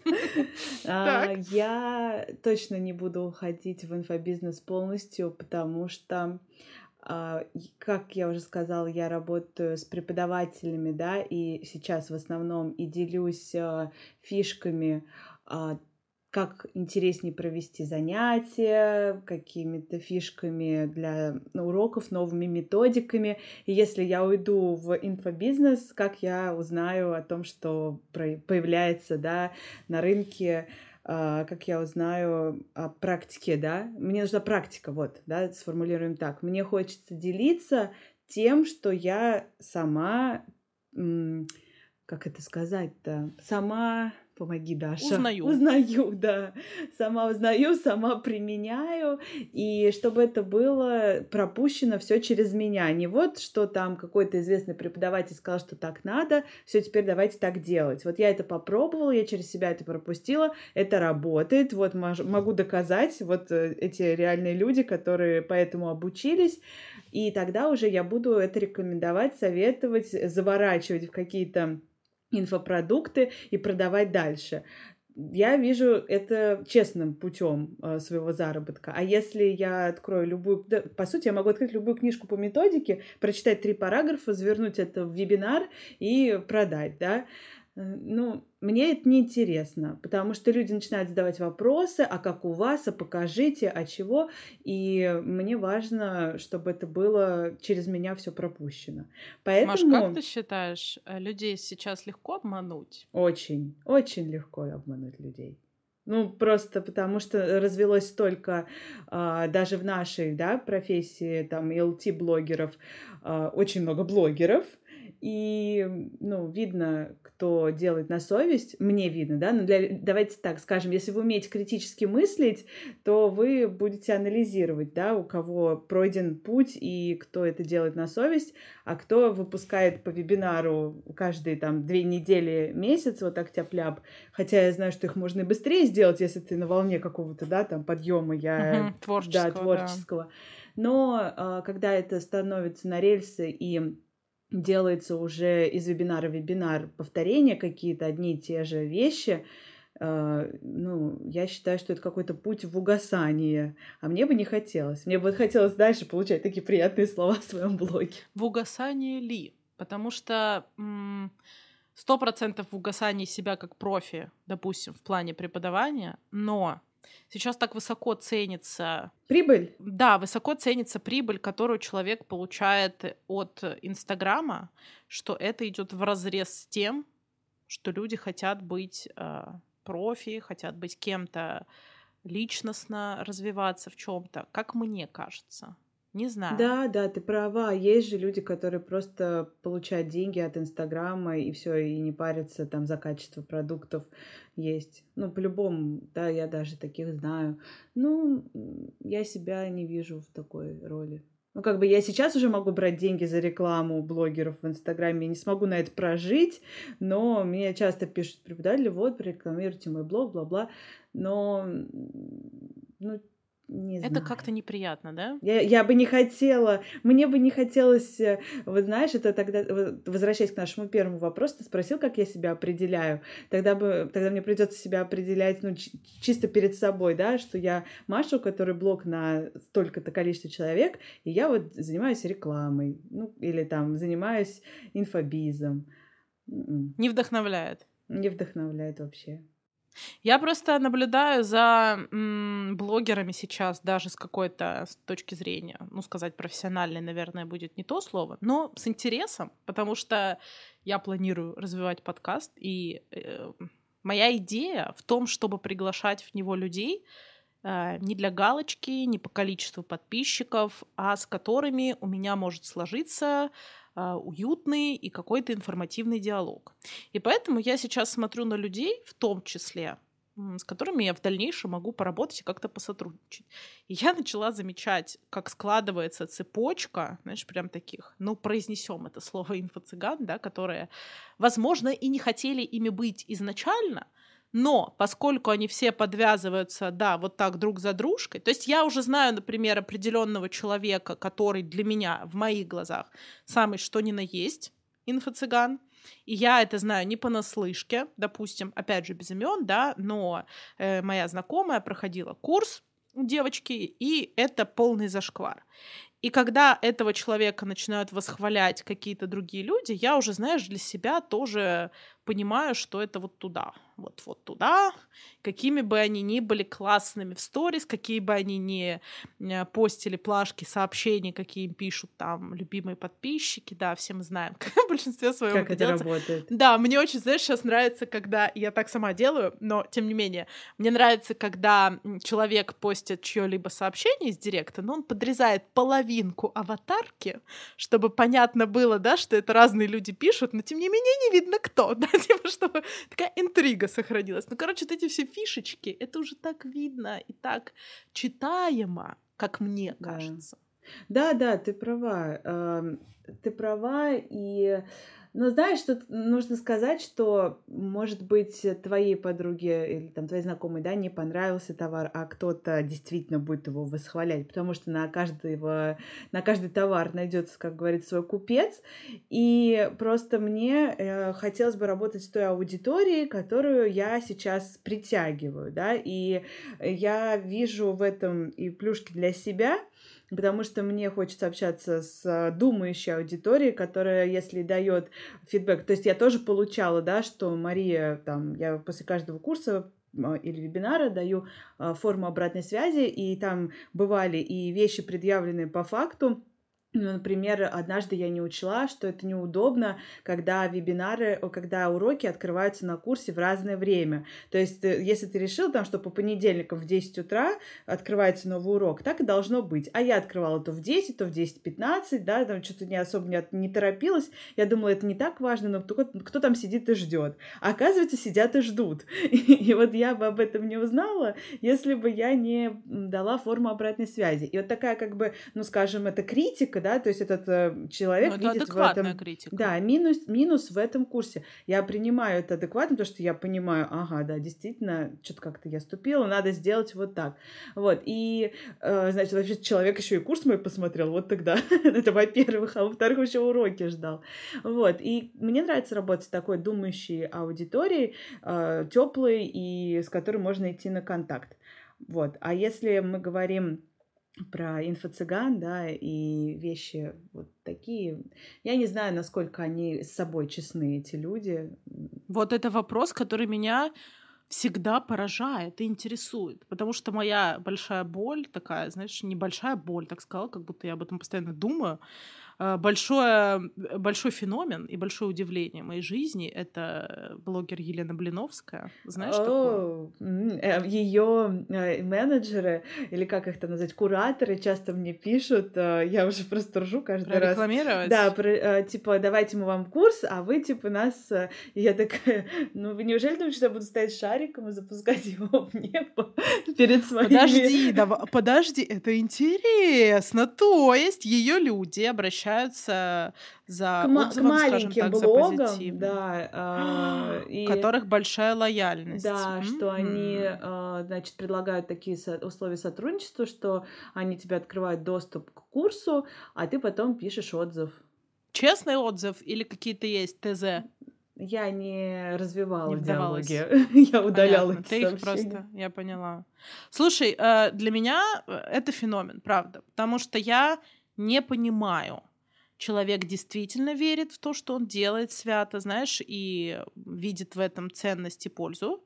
а, Так. Я точно не буду уходить в инфобизнес полностью, потому что, а, и как я уже сказала, я работаю с преподавателями, да, и сейчас в основном и делюсь а, фишками, а, как интереснее провести занятия, какими-то фишками для ну, уроков, новыми методиками. И если я уйду в инфобизнес, как я узнаю о том, что про- появляется, да, на рынке, а, как я узнаю о практике, да? Мне нужна практика, вот, да, сформулируем так. Мне хочется делиться тем, что я сама, м, как это сказать-то, сама, помоги, Даша, Узнаю. узнаю, да, сама узнаю, сама применяю, и чтобы это было пропущено все через меня. Не вот, что там какой-то известный преподаватель сказал, что так надо, все, теперь давайте так делать. Вот я это попробовала, я через себя это пропустила, это работает, вот мож- могу доказать, вот э, эти реальные люди, которые поэтому обучились, и тогда уже я буду это рекомендовать, советовать, заворачивать в какие-то инфопродукты и продавать дальше. Я вижу это честным путем э, своего заработка. А если я открою любую... да, по сути, я могу открыть любую книжку по методике, прочитать три параграфа, завернуть это в вебинар и продать, да. Э, Ну, мне это неинтересно, потому что люди начинают задавать вопросы, а как у вас, а покажите, а чего, и мне важно, чтобы это было через меня все пропущено. Маш, как ты Поэтому считаешь, э, людей сейчас легко обмануть? очень, очень легко обмануть людей. Ну, просто потому что развелось столько, а, даже в нашей, да, профессии, там, эл ти-блогеров, а, очень много блогеров, и, ну, видно, кто делает на совесть, мне видно, да, но для, давайте так скажем, если вы умеете критически мыслить, то вы будете анализировать, да, у кого пройден путь и кто это делает на совесть, а кто выпускает по вебинару каждые там две недели, месяц, вот так тяп-ляп. Хотя я знаю, что их можно и быстрее сделать, если ты на волне какого-то, да, там подъема, я, Мгм, да, творческого, да. творческого. Но а, когда это становится на рельсы и делается уже из вебинара в вебинар повторения какие-то одни и те же вещи, а, ну, я считаю, что это какой-то путь в угасание. А мне бы не хотелось. Мне бы вот хотелось дальше получать такие приятные слова в своем блоге. В угасании ли? Потому что м, сто процентов в угасании себя как профи, допустим, в плане преподавания, но сейчас так высоко ценится, Прибыль? да, высоко ценится прибыль, которую человек получает от Инстаграма, что это идет вразрез с тем, что люди хотят быть э, профи, хотят быть кем-то личностно, развиваться в чем-то, как мне кажется. Не знаю. Да, да, ты права. Есть же люди, которые просто получают деньги от Инстаграма и все, и не парятся там за качество продуктов. Есть. Ну, по-любому, да, я даже таких знаю. Ну, м, я себя не вижу в такой роли. Ну, как бы я сейчас уже могу брать деньги за рекламу блогеров в Инстаграме, я не смогу на это прожить, но мне часто пишут преподаватели, вот, прорекламируйте мой блог, бла-бла. Но, м, ну, не знаю. Это как-то неприятно, да? Я, я бы не хотела, мне бы не хотелось, вот знаешь, это тогда, возвращаясь к нашему первому вопросу, ты спросил, как я себя определяю, тогда бы, тогда мне придется себя определять, ну, ч- чисто перед собой, да, что я Маша, у которой блог на столько-то количество человек, и я вот занимаюсь рекламой, ну, или там занимаюсь инфобизом. Не вдохновляет. Не вдохновляет вообще. Я просто наблюдаю за м, блогерами сейчас, даже с какой-то с точки зрения, ну, сказать профессиональной, наверное, будет не то слово, но с интересом, потому что я планирую развивать подкаст, и э, моя идея в том, чтобы приглашать в него людей э, не для галочки, не по количеству подписчиков, а с которыми у меня может сложиться э, уютный и какой-то информативный диалог. И поэтому я сейчас смотрю на людей, в том числе, м, с которыми я в дальнейшем могу поработать и как-то посотрудничать. И я начала замечать, как складывается цепочка, знаешь, прям таких, ну, произнесем это слово инфо-цыган, да, которые, возможно, и не хотели ими быть изначально, но поскольку они все подвязываются, да, вот так друг за дружкой, то есть я уже знаю, например, определенного человека, который для меня, в моих глазах, самый что ни на есть инфо-цыган, и я это знаю не понаслышке, допустим, опять же, без имен, да, но э, моя знакомая проходила курс у девочки, и это полный зашквар. И когда этого человека начинают восхвалять какие-то другие люди, я уже, знаешь, для себя тоже понимаю, что это вот туда, вот, вот туда, какими бы они ни были классными в сторис, какие бы они ни э, постили плашки, сообщения, какие им пишут там любимые подписчики, да, все мы знаем, как в большинстве своем Как это это делается. работает. Да, мне очень, знаешь, сейчас нравится, когда я так сама делаю, но тем не менее, мне нравится, когда м, человек постит чье-либо сообщение из директа, но он подрезает половинку аватарки, чтобы понятно было, да, что это разные люди пишут, но тем не менее не видно кто, да, типа, чтобы такая интрига сохранилась. Ну, короче, вот эти все фишечки, это уже так видно и так читаемо, как мне Да. кажется. Да, да, ты права. эм, Ты права, и, ну, знаешь, тут нужно сказать, что, может быть, твоей подруге или там твоей знакомой, да, не понравился товар, а кто-то действительно будет его восхвалять, потому что на каждого, на каждый товар найдется, как говорится, свой купец. И просто мне э, хотелось бы работать с той аудиторией, которую я сейчас притягиваю, да, и я вижу в этом и плюшки для себя, потому что мне хочется общаться с думающей аудиторией, которая, если дает фидбэк, то есть я тоже получала, да, что Мария, там, я после каждого курса или вебинара даю форму обратной связи, и там бывали и вещи, предъявленные по факту. Ну, например, однажды я не учла, что это неудобно, когда вебинары, когда уроки открываются на курсе в разное время. То есть, если ты решил, там, что по понедельникам в десять утра открывается новый урок, так и должно быть. А я открывала то в десять, то в десять пятнадцать, да, там что-то не особо не, не торопилась. Я думала, это не так важно, но кто, кто там сидит и ждет? А оказывается, сидят и ждут. И, и вот я бы об этом не узнала, если бы я не дала форму обратной связи. И вот такая, как бы, ну, скажем, это критика, да, то есть этот э, человек Ну, это видит в адекватная этом... критика. Да, минус, минус в этом курсе. Я принимаю это адекватно, потому что я понимаю, ага, да, действительно, что-то как-то я ступила, надо сделать вот так. Вот, и, э, значит, вообще человек еще и курс мой посмотрел, вот тогда. Это, во-первых, а во-вторых, еще уроки ждал. Вот, и мне нравится работать с такой думающей аудиторией, э, теплой, и с которой можно идти на контакт. Вот, а если мы говорим про инфо-цыган, да, и вещи вот такие. Я не знаю, насколько они с собой честны, эти люди. Вот это вопрос, который меня всегда поражает и интересует, потому что моя большая боль такая, знаешь, небольшая боль, так сказала, как будто я об этом постоянно думаю. Большое, большой феномен и большое удивление моей жизни — это блогер Елена Блиновская. Знаешь такое? Ее менеджеры, или как их там назвать, кураторы часто мне пишут, я уже просто ржу каждый раз. Прорекламировать? Да, про, типа, давайте мы вам курс, а вы, типа, нас... И я такая, ну, вы неужели думаете, что я буду стоять шариком и запускать его в небо перед своими... Подожди, давай, подожди, это интересно. То есть ее люди обращаются обращаются за К, ма- к отзывом, скажем маленьким так, за блогам, позитивным. да, а, У и которых большая лояльность. да, что они, Мгм. а, значит, предлагают такие со- условия сотрудничества, что они тебе открывают доступ к курсу, а ты потом пишешь отзыв. Честный отзыв или какие-то есть ТЗ? Я не развивала Не в вдавалась. диалоге, я удаляла Понятно. эти Ты их сообщения. просто... Я поняла. Слушай, э, для меня э, это феномен, правда. Потому что я не понимаю. Человек действительно верит в то, что он делает свято, знаешь, и видит в этом ценность и пользу.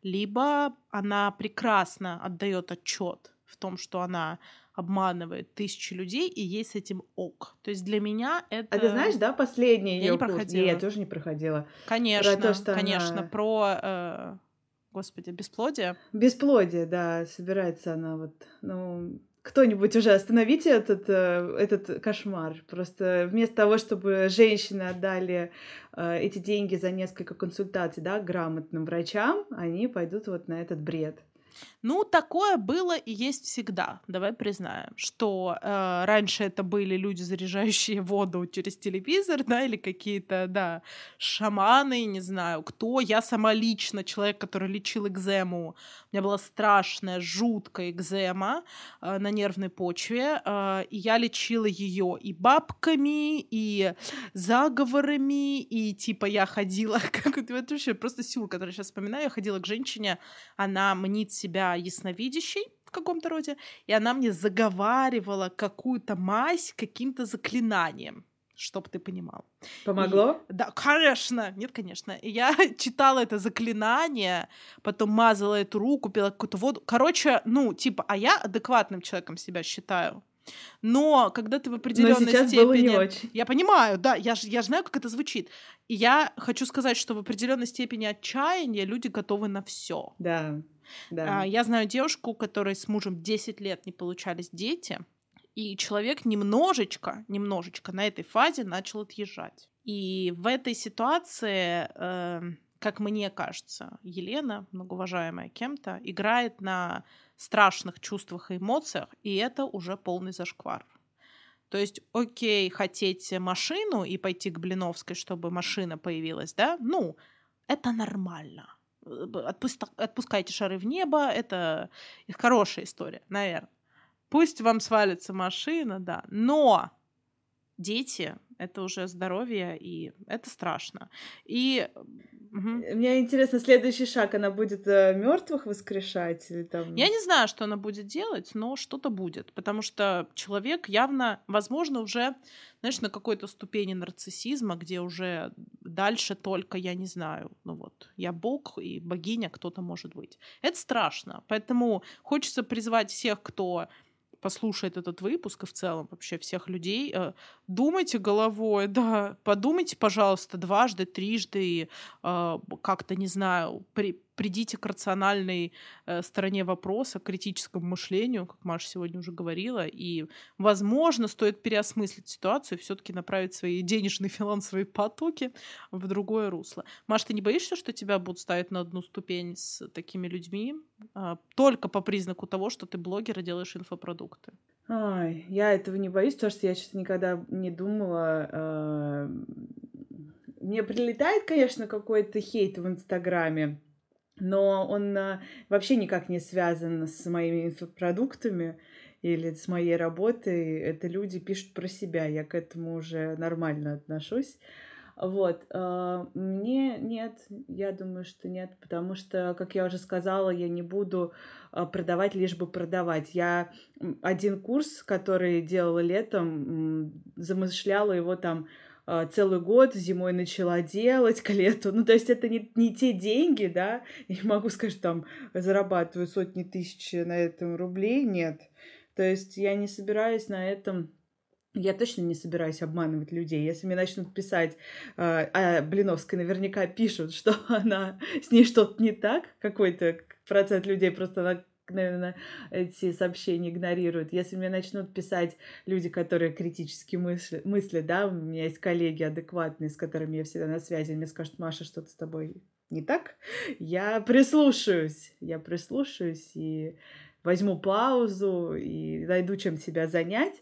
Либо она прекрасно отдает отчет в том, что она обманывает тысячи людей, и ей с этим ок. То есть для меня А ты знаешь, это... да, последний Я не ее курс? Не, я проходила. тоже не проходила. Про то, Конечно, что конечно, она про, э, господи, бесплодие. бесплодие, да, собирается она вот, ну, кто-нибудь уже остановите этот, э, этот кошмар. Просто вместо того, чтобы женщины отдали э, эти деньги за несколько консультаций, да, грамотным врачам, они пойдут вот на этот бред. Ну, такое было и есть всегда. Давай признаем, что э, раньше это были люди, заряжающие воду через телевизор, да, или какие-то, да, шаманы, не знаю, кто. Я сама лично человек, который лечил экзему. У меня была страшная, жуткая экзема э, на нервной почве, э, и я лечила ее и бабками, и заговорами, и типа я ходила, как это вообще просто сюр, который я сейчас вспоминаю, я ходила к женщине, она мнит себя ясновидящей в каком-то роде, и она мне заговаривала какую-то мазь каким-то заклинанием, чтоб ты понимал. И Помогло? да, конечно, нет, конечно. И я читала это заклинание, потом мазала эту руку, пила какую-то воду. Короче, ну, типа, а я адекватным человеком себя считаю. Но когда ты в Но определенной сейчас было не степени... очень. Я понимаю, да, я же я ж знаю, как это звучит. И я хочу сказать, что в определенной степени отчаяния люди готовы на все. Да, да. Я знаю девушку, у которой с мужем десять лет не получались дети, и человек немножечко, немножечко на этой фазе начал отъезжать. И в этой ситуации, э, как мне кажется, Елена, многоуважаемая кем-то, играет на страшных чувствах и эмоциях, и это уже полный зашквар. То есть, окей, хотеть машину и пойти к Блиновской, чтобы машина появилась, да, ну, это нормально. Отпуска- отпускайте шары в небо, это хорошая история, наверное. Пусть вам свалится машина, да, но дети — это уже здоровье, и это страшно. И мгм. Мне интересно, следующий шаг, она будет э, мертвых воскрешать или Я там... не знаю, что она будет делать, но что-то будет, потому что человек явно, возможно, уже, знаешь, на какой-то ступени нарциссизма, где уже дальше только, я не знаю, ну вот, я бог и богиня, кто-то может быть. Это страшно, поэтому хочется призвать всех, кто послушает этот выпуск и в целом вообще всех людей, э, думайте головой, да, подумайте, пожалуйста, дважды, трижды, э, как-то, не знаю, при, придите к рациональной э, стороне вопроса, к критическому мышлению, как Маша сегодня уже говорила, и, возможно, стоит переосмыслить ситуацию и все-таки направить свои денежные финансовые потоки в другое русло. Маш, ты не боишься, что тебя будут ставить на одну ступень с такими людьми э, только по признаку того, что ты блогер и делаешь инфопродукты? Ай, я этого не боюсь, потому что я что-то никогда не думала. э, Мне прилетает, конечно, какой-то хейт в Инстаграме, но он э, вообще никак не связан с моими инфопродуктами или с моей работой. Это люди пишут про себя, я к этому уже нормально отношусь. Вот. э, Мне нет, я думаю, что нет, потому что, как я уже сказала, я не буду э, продавать лишь бы продавать. Я м, один курс, который делала летом, м, замышляла его там э, целый год, зимой начала делать к лету. Ну, то есть это не, не те деньги, да, я не могу сказать, что там зарабатываю сотни тысяч на этом рублей, нет. То есть я не собираюсь на этом... Я точно не собираюсь обманывать людей. Если мне начнут писать, э, а Блиновской наверняка пишут, что она с ней что-то не так, какой-то процент людей просто она, наверное, эти сообщения игнорируют. Если мне начнут писать люди, которые критически мысли, мыслят, да, у меня есть коллеги адекватные, с которыми я всегда на связи, мне скажут: Маша, что-то с тобой не так, я прислушаюсь, я прислушаюсь и возьму паузу и найду чем себя занять.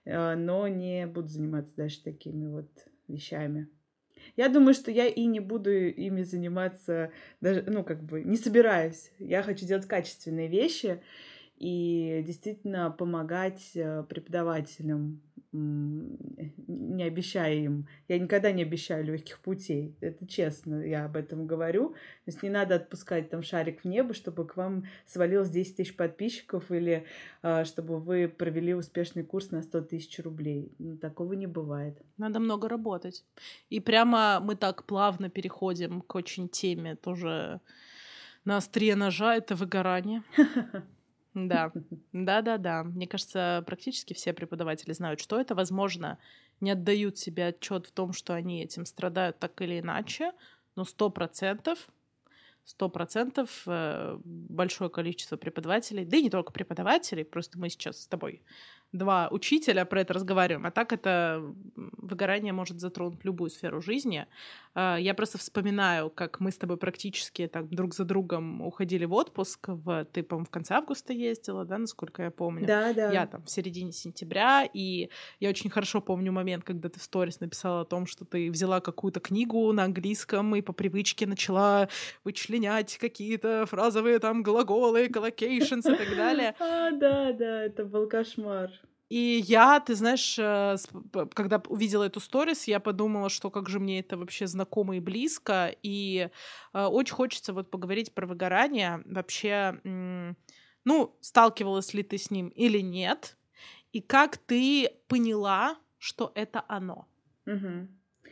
но не буду заниматься дальше такими вот вещами. Я думаю, что я и не буду ими заниматься, даже, ну, как бы, не собираюсь. Я хочу делать качественные вещи и действительно помогать преподавателям, не обещая им. Я никогда не обещаю легких путей. Это честно, я об этом говорю. То есть не надо отпускать там шарик в небо, чтобы к вам свалилось десять тысяч подписчиков или чтобы вы провели успешный курс на сто тысяч рублей. Ну, такого не бывает. Надо много работать. И прямо мы так плавно переходим к очень теме тоже на острие ножа. Это выгорание. Да, да-да-да. Мне кажется, практически все преподаватели знают, что это. Возможно, не отдают себе отчет в том, что они этим страдают так или иначе, но сто процентов, сто процентов большое количество преподавателей, да и не только преподавателей, просто мы сейчас с тобой два учителя про это разговариваем, а так это выгорание может затронуть любую сферу жизни. Я просто вспоминаю, как мы с тобой практически так друг за другом уходили в отпуск. В, ты, по-моему, в конце августа ездила, да, насколько я помню? Да, да. Я там в середине сентября, и я очень хорошо помню момент, когда ты в сторис написала о том, что ты взяла какую-то книгу на английском и по привычке начала вычленять какие-то фразовые там глаголы, collocations и так далее. А, да, да, это был кошмар. И я, ты знаешь, когда увидела эту сторис, я подумала, что как же мне это вообще знакомо и близко, и очень хочется вот поговорить про выгорание. Вообще, ну, сталкивалась ли ты с ним или нет, и как ты поняла, что это оно? Угу.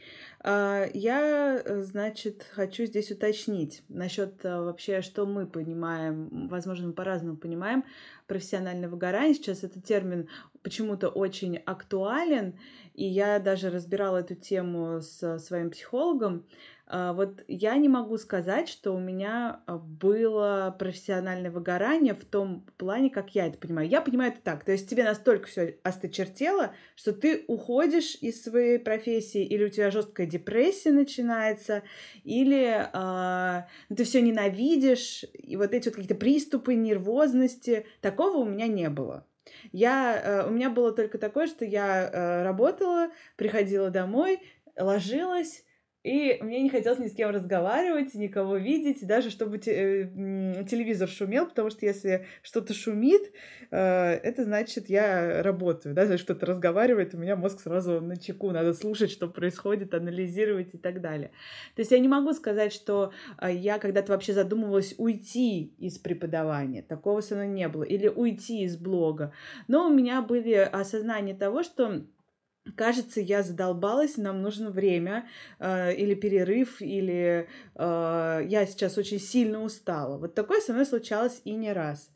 Я, значит, хочу здесь уточнить насчет вообще, что мы понимаем, возможно, мы по-разному понимаем профессиональное выгорание. Сейчас этот термин почему-то очень актуален, и я даже разбирала эту тему с своим психологом. Вот я не могу сказать, что у меня было профессиональное выгорание в том плане, как я это понимаю. Я понимаю это так. То есть тебе настолько все осточертело, что ты уходишь из своей профессии, или у тебя жесткая депрессия начинается, или э, ты все ненавидишь, и вот эти вот какие-то приступы нервозности. Такого у меня не было. Я, э, у меня было только такое, что я э, работала, приходила домой, ложилась, и мне не хотелось ни с кем разговаривать, никого видеть, даже чтобы телевизор шумел, потому что если что-то шумит, это значит, я работаю, да, если что-то разговаривает, у меня мозг сразу на чеку, надо слушать, что происходит, анализировать и так далее. То есть я не могу сказать, что я когда-то вообще задумывалась уйти из преподавания, такого со мной не было, или уйти из блога, но у меня были осознания того, что кажется, я задолбалась, нам нужно время э, или перерыв, или э, я сейчас очень сильно устала. Вот такое со мной случалось и не раз.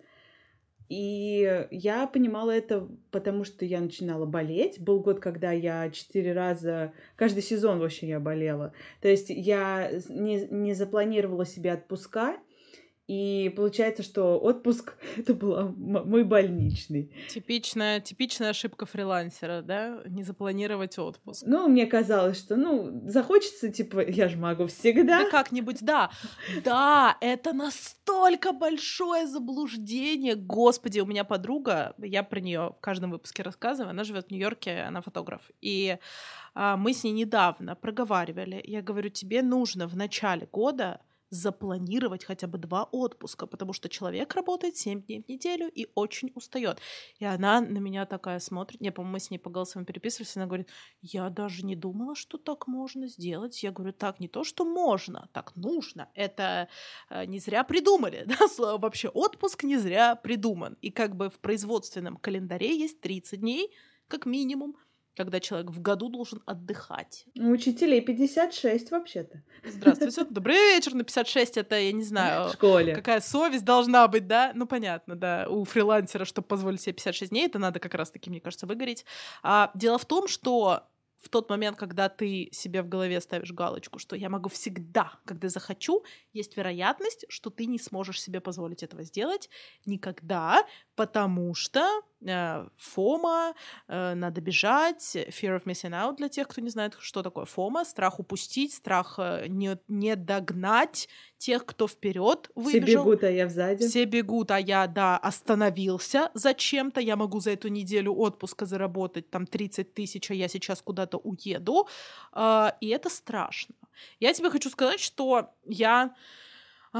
И я понимала это, потому что я начинала болеть. Был год, когда я четыре раза, каждый сезон вообще я болела. То есть я не, не запланировала себе отпуска. И получается, что отпуск — это был мой больничный. Типичная, типичная ошибка фрилансера, да? Не запланировать отпуск. Ну, мне казалось, что, ну, захочется, типа, я же могу всегда. Да как-нибудь, да. Да, это настолько большое заблуждение. Господи, у меня подруга, я про нее в каждом выпуске рассказываю, она живет в Нью-Йорке, она фотограф. И а, мы с ней недавно проговаривали. Я говорю, тебе нужно в начале года запланировать хотя бы два отпуска, потому что человек работает семь дней в неделю и очень устает. И она на меня такая смотрит, не, по-моему, мы с ней по голосовым переписывались, она говорит, я даже не думала, что так можно сделать. Я говорю, так не то, что можно, так нужно. Это э, не зря придумали, да, слово вообще отпуск не зря придуман. И как бы в производственном календаре есть тридцать дней, как минимум, когда человек в году должен отдыхать. У учителей пятьдесят шесть вообще-то. Здравствуйте. Добрый вечер. На пятьдесят шесть это, я не знаю, в школе. Какая совесть должна быть, да? Ну, понятно, да. У фрилансера, чтобы позволить себе пятьдесят шесть дней, это надо как раз-таки, мне кажется, выгореть. А дело в том, что в тот момент, когда ты себе в голове ставишь галочку, что я могу всегда, когда захочу, есть вероятность, что ты не сможешь себе позволить этого сделать никогда, потому что э, фома, э, надо бежать, fear of missing out для тех, кто не знает, что такое фома, страх упустить, страх э, не, не догнать тех, кто вперед выбежал. Все бегут, а я сзади. Все бегут, а я, да, остановился зачем-то. Я могу за эту неделю отпуска заработать там тридцать тысяч, а я сейчас куда-то уеду. Э, и это страшно. Я тебе хочу сказать, что я э,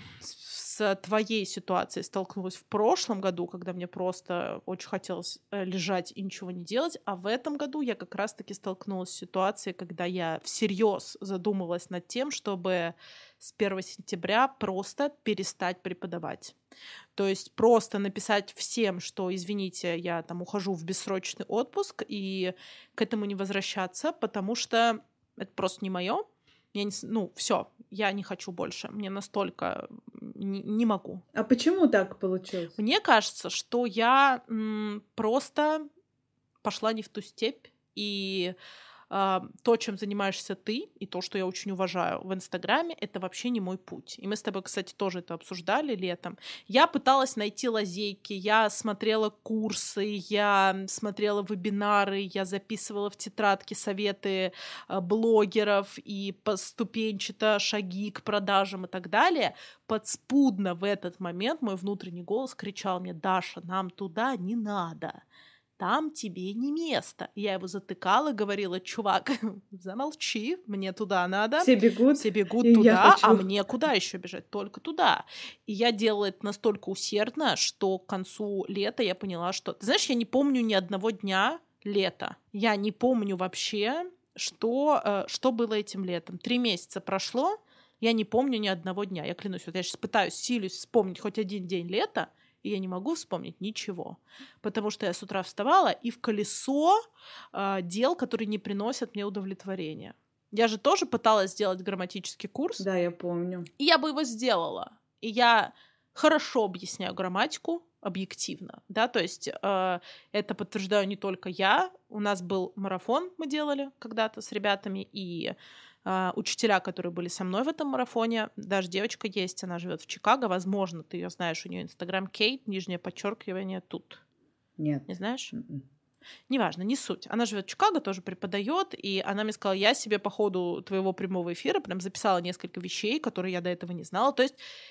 с твоей ситуацией столкнулась в прошлом году, когда мне просто очень хотелось э, лежать и ничего не делать, а в этом году я как раз-таки столкнулась с ситуацией, когда я всерьез задумалась над тем, чтобы с первого сентября просто перестать преподавать. То есть просто написать всем, что, извините, я там ухожу в бессрочный отпуск, и к этому не возвращаться, потому что это просто не мое. Я не, ну, все, я не хочу больше. Мне настолько не, не могу. А почему так получилось? Мне кажется, что я м, просто пошла не в ту степь, и э, то, чем занимаешься ты, и то, что я очень уважаю в Инстаграме, это вообще не мой путь. И мы с тобой, кстати, тоже это обсуждали летом. Я пыталась найти лазейки, я смотрела курсы, я смотрела вебинары, я записывала в тетрадки советы э, блогеров и поступенчато шаги к продажам и так далее. Подспудно в этот момент мой внутренний голос кричал мне: «Даша, нам туда не надо. Там тебе не место». Я его затыкала, говорила: чувак, замолчи, мне туда надо. Все бегут, Все бегут и я туда, хочу. а мне куда еще бежать? Только туда. И я делала это настолько усердно, что к концу лета я поняла, что... Ты знаешь, я не помню ни одного дня лета. Я не помню вообще, что, э, что было этим летом. Три месяца прошло, я не помню ни одного дня. Я клянусь, вот я сейчас пытаюсь, силюсь вспомнить хоть один день лета, и я не могу вспомнить ничего, потому что я с утра вставала и в колесо э, дел, которые не приносят мне удовлетворения. Я же тоже пыталась сделать грамматический курс. Да, я помню. И я бы его сделала. И я хорошо объясняю грамматику, объективно, да, то есть э, это подтверждаю не только я. У нас был марафон, мы делали когда-то с ребятами, и Uh, учителя, которые были со мной в этом марафоне, даже девочка есть, она живет в Чикаго, возможно, ты ее знаешь, у нее Инстаграм Кейт, нижнее подчеркивание тут. Нет. Не знаешь? Mm-mm. Неважно, не суть. Она живет в Чикаго, тоже преподает, и она мне сказала: я себе по ходу твоего прямого эфира прям записала несколько вещей, которые я до этого не знала. То есть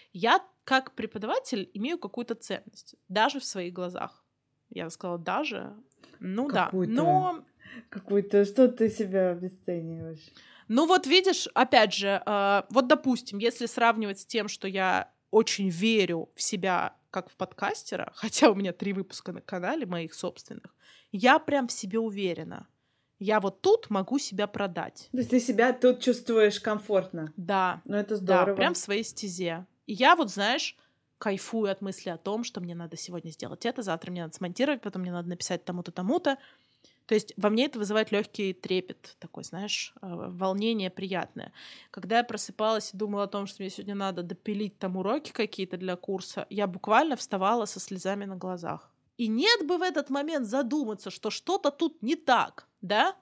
я как преподаватель имею какую-то ценность, даже в своих глазах. Я сказала: даже? Ну какую-то, да, но... Какую-то... Что ты себя обесцениваешь? Ну вот видишь, опять же, э, вот допустим, если сравнивать с тем, что я очень верю в себя как в подкастера, хотя у меня три выпуска на канале моих собственных, я прям в себе уверена. Я вот тут могу себя продать. То есть ты себя тут чувствуешь комфортно? Да. Ну это здорово. Да, прям в своей стезе. И я вот, знаешь, кайфую от мысли о том, что мне надо сегодня сделать это, завтра мне надо смонтировать, потом мне надо написать тому-то, тому-то. То есть во мне это вызывает легкий трепет, такой, знаешь, волнение приятное. Когда я просыпалась и думала о том, что мне сегодня надо допилить там уроки какие-то для курса, я буквально вставала со слезами на глазах. И нет бы в этот момент задуматься, что что-то тут не так, да?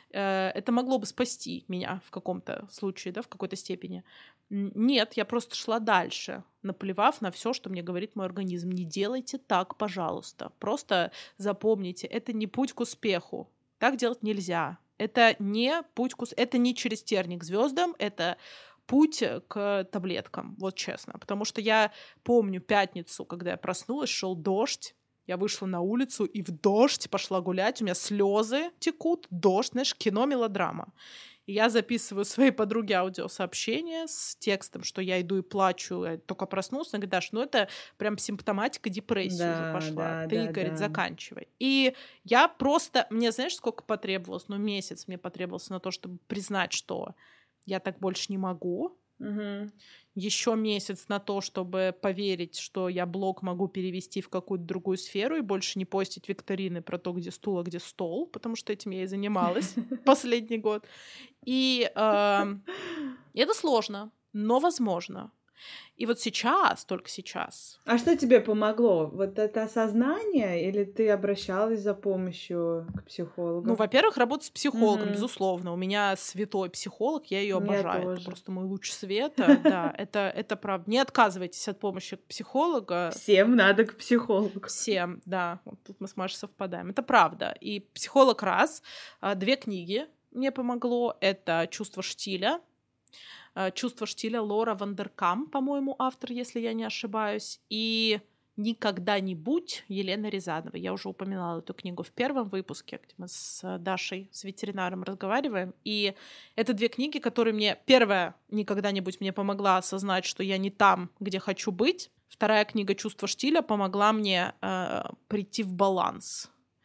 Это могло бы спасти меня в каком-то случае, да, в какой-то степени. Нет, я просто шла дальше, наплевав на все, что мне говорит мой организм. Не делайте так, пожалуйста. Просто запомните, это не путь к успеху. Так делать нельзя. Это не путь к успеху. Это не через терник к звездам, это путь к таблеткам, вот честно. Потому что я помню пятницу, когда я проснулась, шел дождь. Я вышла на улицу и в дождь пошла гулять. У меня слезы текут, дождь, знаешь, кино-мелодрама. И я записываю своей подруге аудиосообщение с текстом, что я иду и плачу, я только проснулась. Она говорит: Даш, ну это прям симптоматика депрессии да, уже пошла. Да, Ты, да, говорит, да. заканчивай. И я просто... Мне, знаешь, сколько потребовалось? Ну, месяц мне потребовался на то, чтобы признать, что я так больше не могу. Угу. Еще месяц на то, чтобы поверить, что я блог могу перевести в какую-то другую сферу и больше не постить викторины про то, где стул, а где стол, потому что этим я и занималась последний год. И это сложно, но возможно. И вот сейчас, только сейчас. А что тебе помогло? Вот это осознание или ты обращалась за помощью к психологу? Ну, во-первых, работа с психологом, Мгм. безусловно. У меня святой психолог, я ее Я обожаю. Это тоже. просто мой луч света. Да, это, это правда. Не отказывайтесь от помощи психолога. Всем надо к психологу. Всем, да. Вот тут мы с Машей совпадаем. Это правда. И психолог раз. А, Две книги мне помогло. Это «Чувство штиля». А, «Чувство штиля» Лора Вандеркам, по-моему, автор, если я не ошибаюсь. И «Никогда не будь» Елены Рязановой. Я уже упоминала эту книгу в первом выпуске, где мы с Дашей, с ветеринаром разговариваем. И это две книги, которые мне... Первая «Никогда не будь» мне помогла осознать, что я не там, где хочу быть. Вторая книга «Чувство штиля» помогла мне э, прийти в баланс.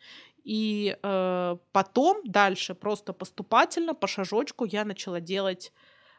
И э, потом дальше просто поступательно, по шажочку я начала делать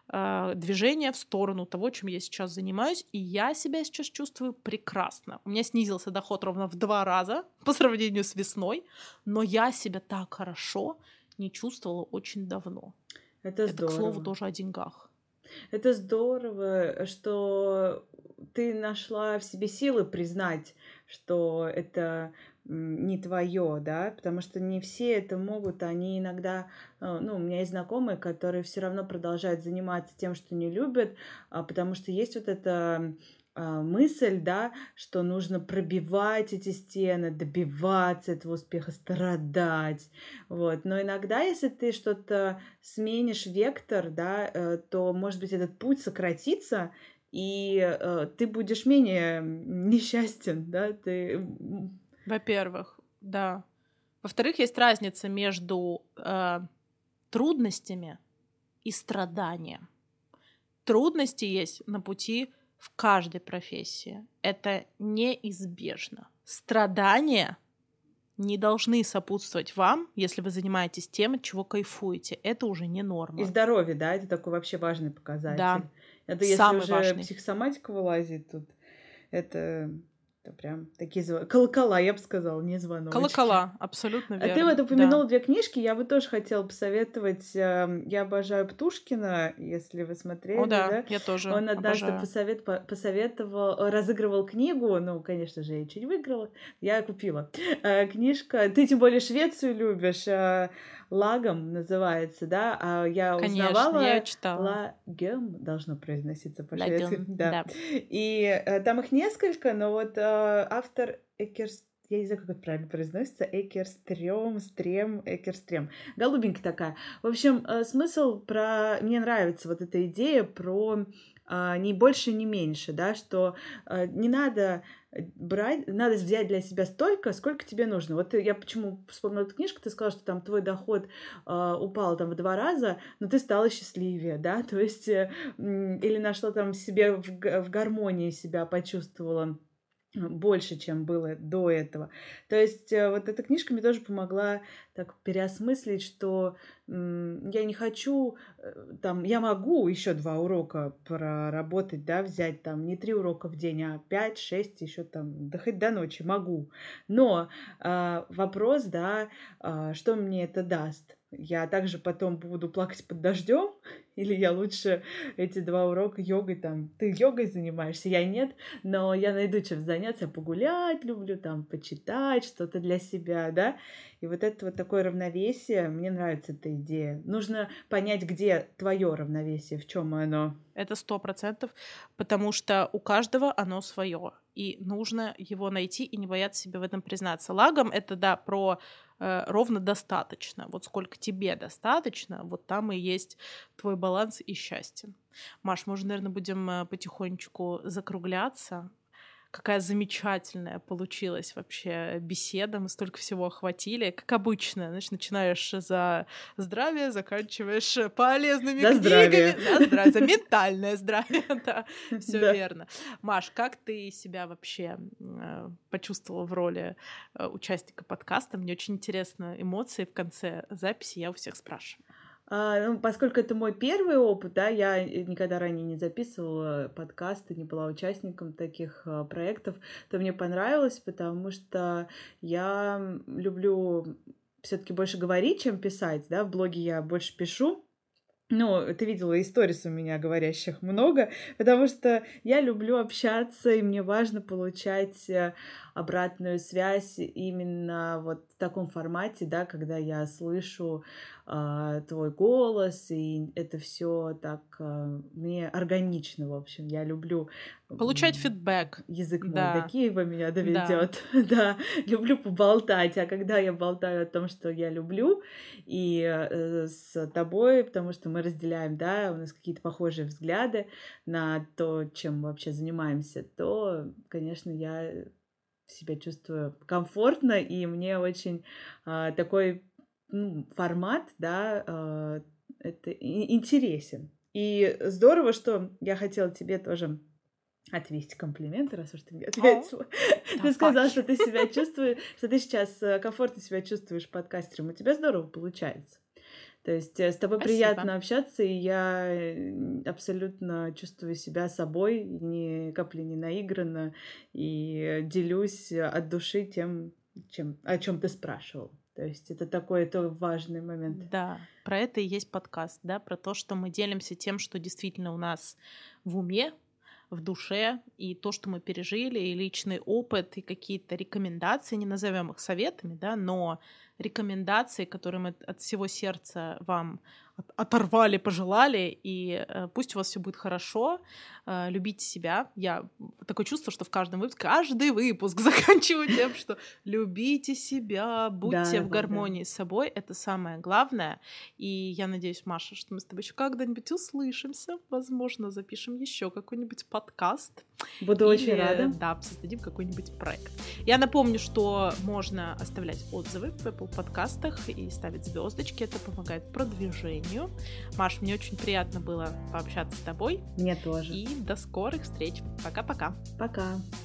э, движение в сторону того, чем я сейчас занимаюсь, и я себя сейчас чувствую прекрасно. У меня снизился доход ровно в два раза по сравнению с весной, но я себя так хорошо не чувствовала очень давно. Это Это, к слову, здорово. тоже о деньгах. Это здорово, что ты нашла в себе силы признать, что это м, не твое, да, потому что не все это могут, они иногда, э, ну, у меня есть знакомые, которые все равно продолжают заниматься тем, что не любят, а, потому что есть вот эта а, мысль, да, что нужно пробивать эти стены, добиваться этого успеха, страдать, вот. Но иногда, если ты что-то сменишь вектор, да, э, то, может быть, этот путь сократится, и э, ты будешь менее несчастен, да, ты... м, Во-первых, да. Во-вторых, есть разница между э, трудностями и страданием. Трудности есть на пути в каждой профессии. Это неизбежно. Страдания не должны сопутствовать вам, если вы занимаетесь тем, от чего кайфуете. Это уже не И норма. здоровье, да, это такой вообще важный показатель. Да, Это если самый уже важный. психосоматика вылазит тут, это, это прям такие зв- колокола, я бы сказала, не звоночки. Колокола, абсолютно А ты верно. вот Да. упомянула две книжки, я бы тоже хотела посоветовать. эм, Я обожаю Птушкина, если вы О смотрели, да, да? я тоже Он однажды обожаю. посовет, по- посоветовал, э, разыгрывал книгу, ну, конечно же, я чуть выиграла, я купила. Э, Книжка, ты тем более Швецию любишь, э, Лагом называется, да? А я Конечно, я ее узнавала, читала. Лагем должно произноситься по-шведски, Лагем, да. да. И э, там их несколько, но вот э, автор Экерс, я не знаю, как это правильно произносится, Экерстрём, Стрем, Экерстрем. Голубенькая такая. В общем, э, смысл про... Мне нравится вот эта идея про а, ни больше, ни меньше, да, что э, не надо брать, надо взять для себя столько, сколько тебе нужно. Вот ты- я почему вспомнила эту книжку, ты сказала, что там твой доход э, упал там в два раза, но ты стала счастливее, да, то есть э, м, или нашла там себе в, г- в гармонии себя почувствовала больше, чем было до этого. То есть э, вот эта книжка мне тоже помогла так переосмыслить, что м, я не хочу, э, там, я могу еще два урока проработать, да, взять там не три урока в день, а пять, шесть, еще там, да хоть до ночи могу. Но а, вопрос, да, а, что мне это даст? Я также потом буду плакать под дождем, или я лучше эти два урока йогой там, ты йогой занимаешься, я нет, но я найду чем заняться, я погулять люблю, там, почитать что-то для себя, да, и вот это вот такое равновесие, мне нравится эта идея. Нужно понять, где твое равновесие, в чем оно. Это сто процентов, потому что у каждого оно свое, и нужно его найти и не бояться себе в этом признаться. Лагом это, да, про э, ровно достаточно. Вот сколько тебе достаточно, вот там и есть твой баланс и счастье. Маш, мы уже, наверное, будем э, потихонечку закругляться. Какая замечательная получилась вообще беседа. Мы столько всего охватили. Как обычно, значит, начинаешь за здравие, заканчиваешь полезными За здравие. книгами. За здравие, за ментальное здравие, да, все Да. верно. Маш, как ты себя вообще э, почувствовала в роли э, участника подкаста? Мне очень интересно эмоции в конце записи, я у всех спрашиваю. А, ну, поскольку это мой первый опыт, да, я никогда ранее не записывала подкасты, не была участником таких а, проектов, то мне понравилось, потому что я люблю все-таки больше говорить, чем писать, да, в блоге я больше пишу, Ну, ты видела, историс у меня говорящих много, потому что я люблю общаться, и мне важно получать э, обратную связь именно вот в таком формате, да, когда я слышу а, твой голос, и это все так а, мне органично, в общем. Я люблю Получать м, фидбэк. язык мой до Да, Киева меня да. доведет, да, люблю поболтать, а когда я болтаю о том, что я люблю, и э, с тобой, потому что мы разделяем, да, у нас какие-то похожие взгляды на то, чем мы вообще занимаемся, то, конечно, я себя чувствую комфортно, и мне очень а, такой ну, формат, да, а, это и- интересен. И здорово, что я хотела тебе тоже отвесить комплименты, раз уж ты мне О, ответила. Ты сказала, давай. что ты себя чувствуешь, что ты сейчас э, комфортно себя чувствуешь подкастером. У тебя здорово получается. То есть э, с тобой Спасибо. приятно общаться, и я э, абсолютно чувствую себя собой, ни капли не наигранно, и делюсь от души тем, чем, о чем ты спрашивал. То есть это такой это важный момент. Да, про это и есть подкаст, да, про то, что мы делимся тем, что действительно у нас в уме, в душе, и то, что мы пережили, и личный опыт, и какие-то рекомендации, не назовем их советами, да, но рекомендации, которые мы от всего сердца вам от- оторвали, пожелали, и э, пусть у вас все будет хорошо, э, любите себя. Я такое чувство, что в каждом выпуске, каждый выпуск заканчиваю тем, что любите себя, будьте Да, в да, да. гармонии с собой, это самое главное. И я надеюсь, Маша, что мы с тобой еще когда-нибудь услышимся, возможно, запишем еще какой-нибудь подкаст. Буду Или, очень рада. да, создадим какой-нибудь проект. Я напомню, что можно оставлять отзывы в Apple подкастах и ставить звездочки. Это помогает продвижению. Маш, мне очень приятно было пообщаться с тобой. Мне тоже. И до скорых встреч. Пока-пока. Пока.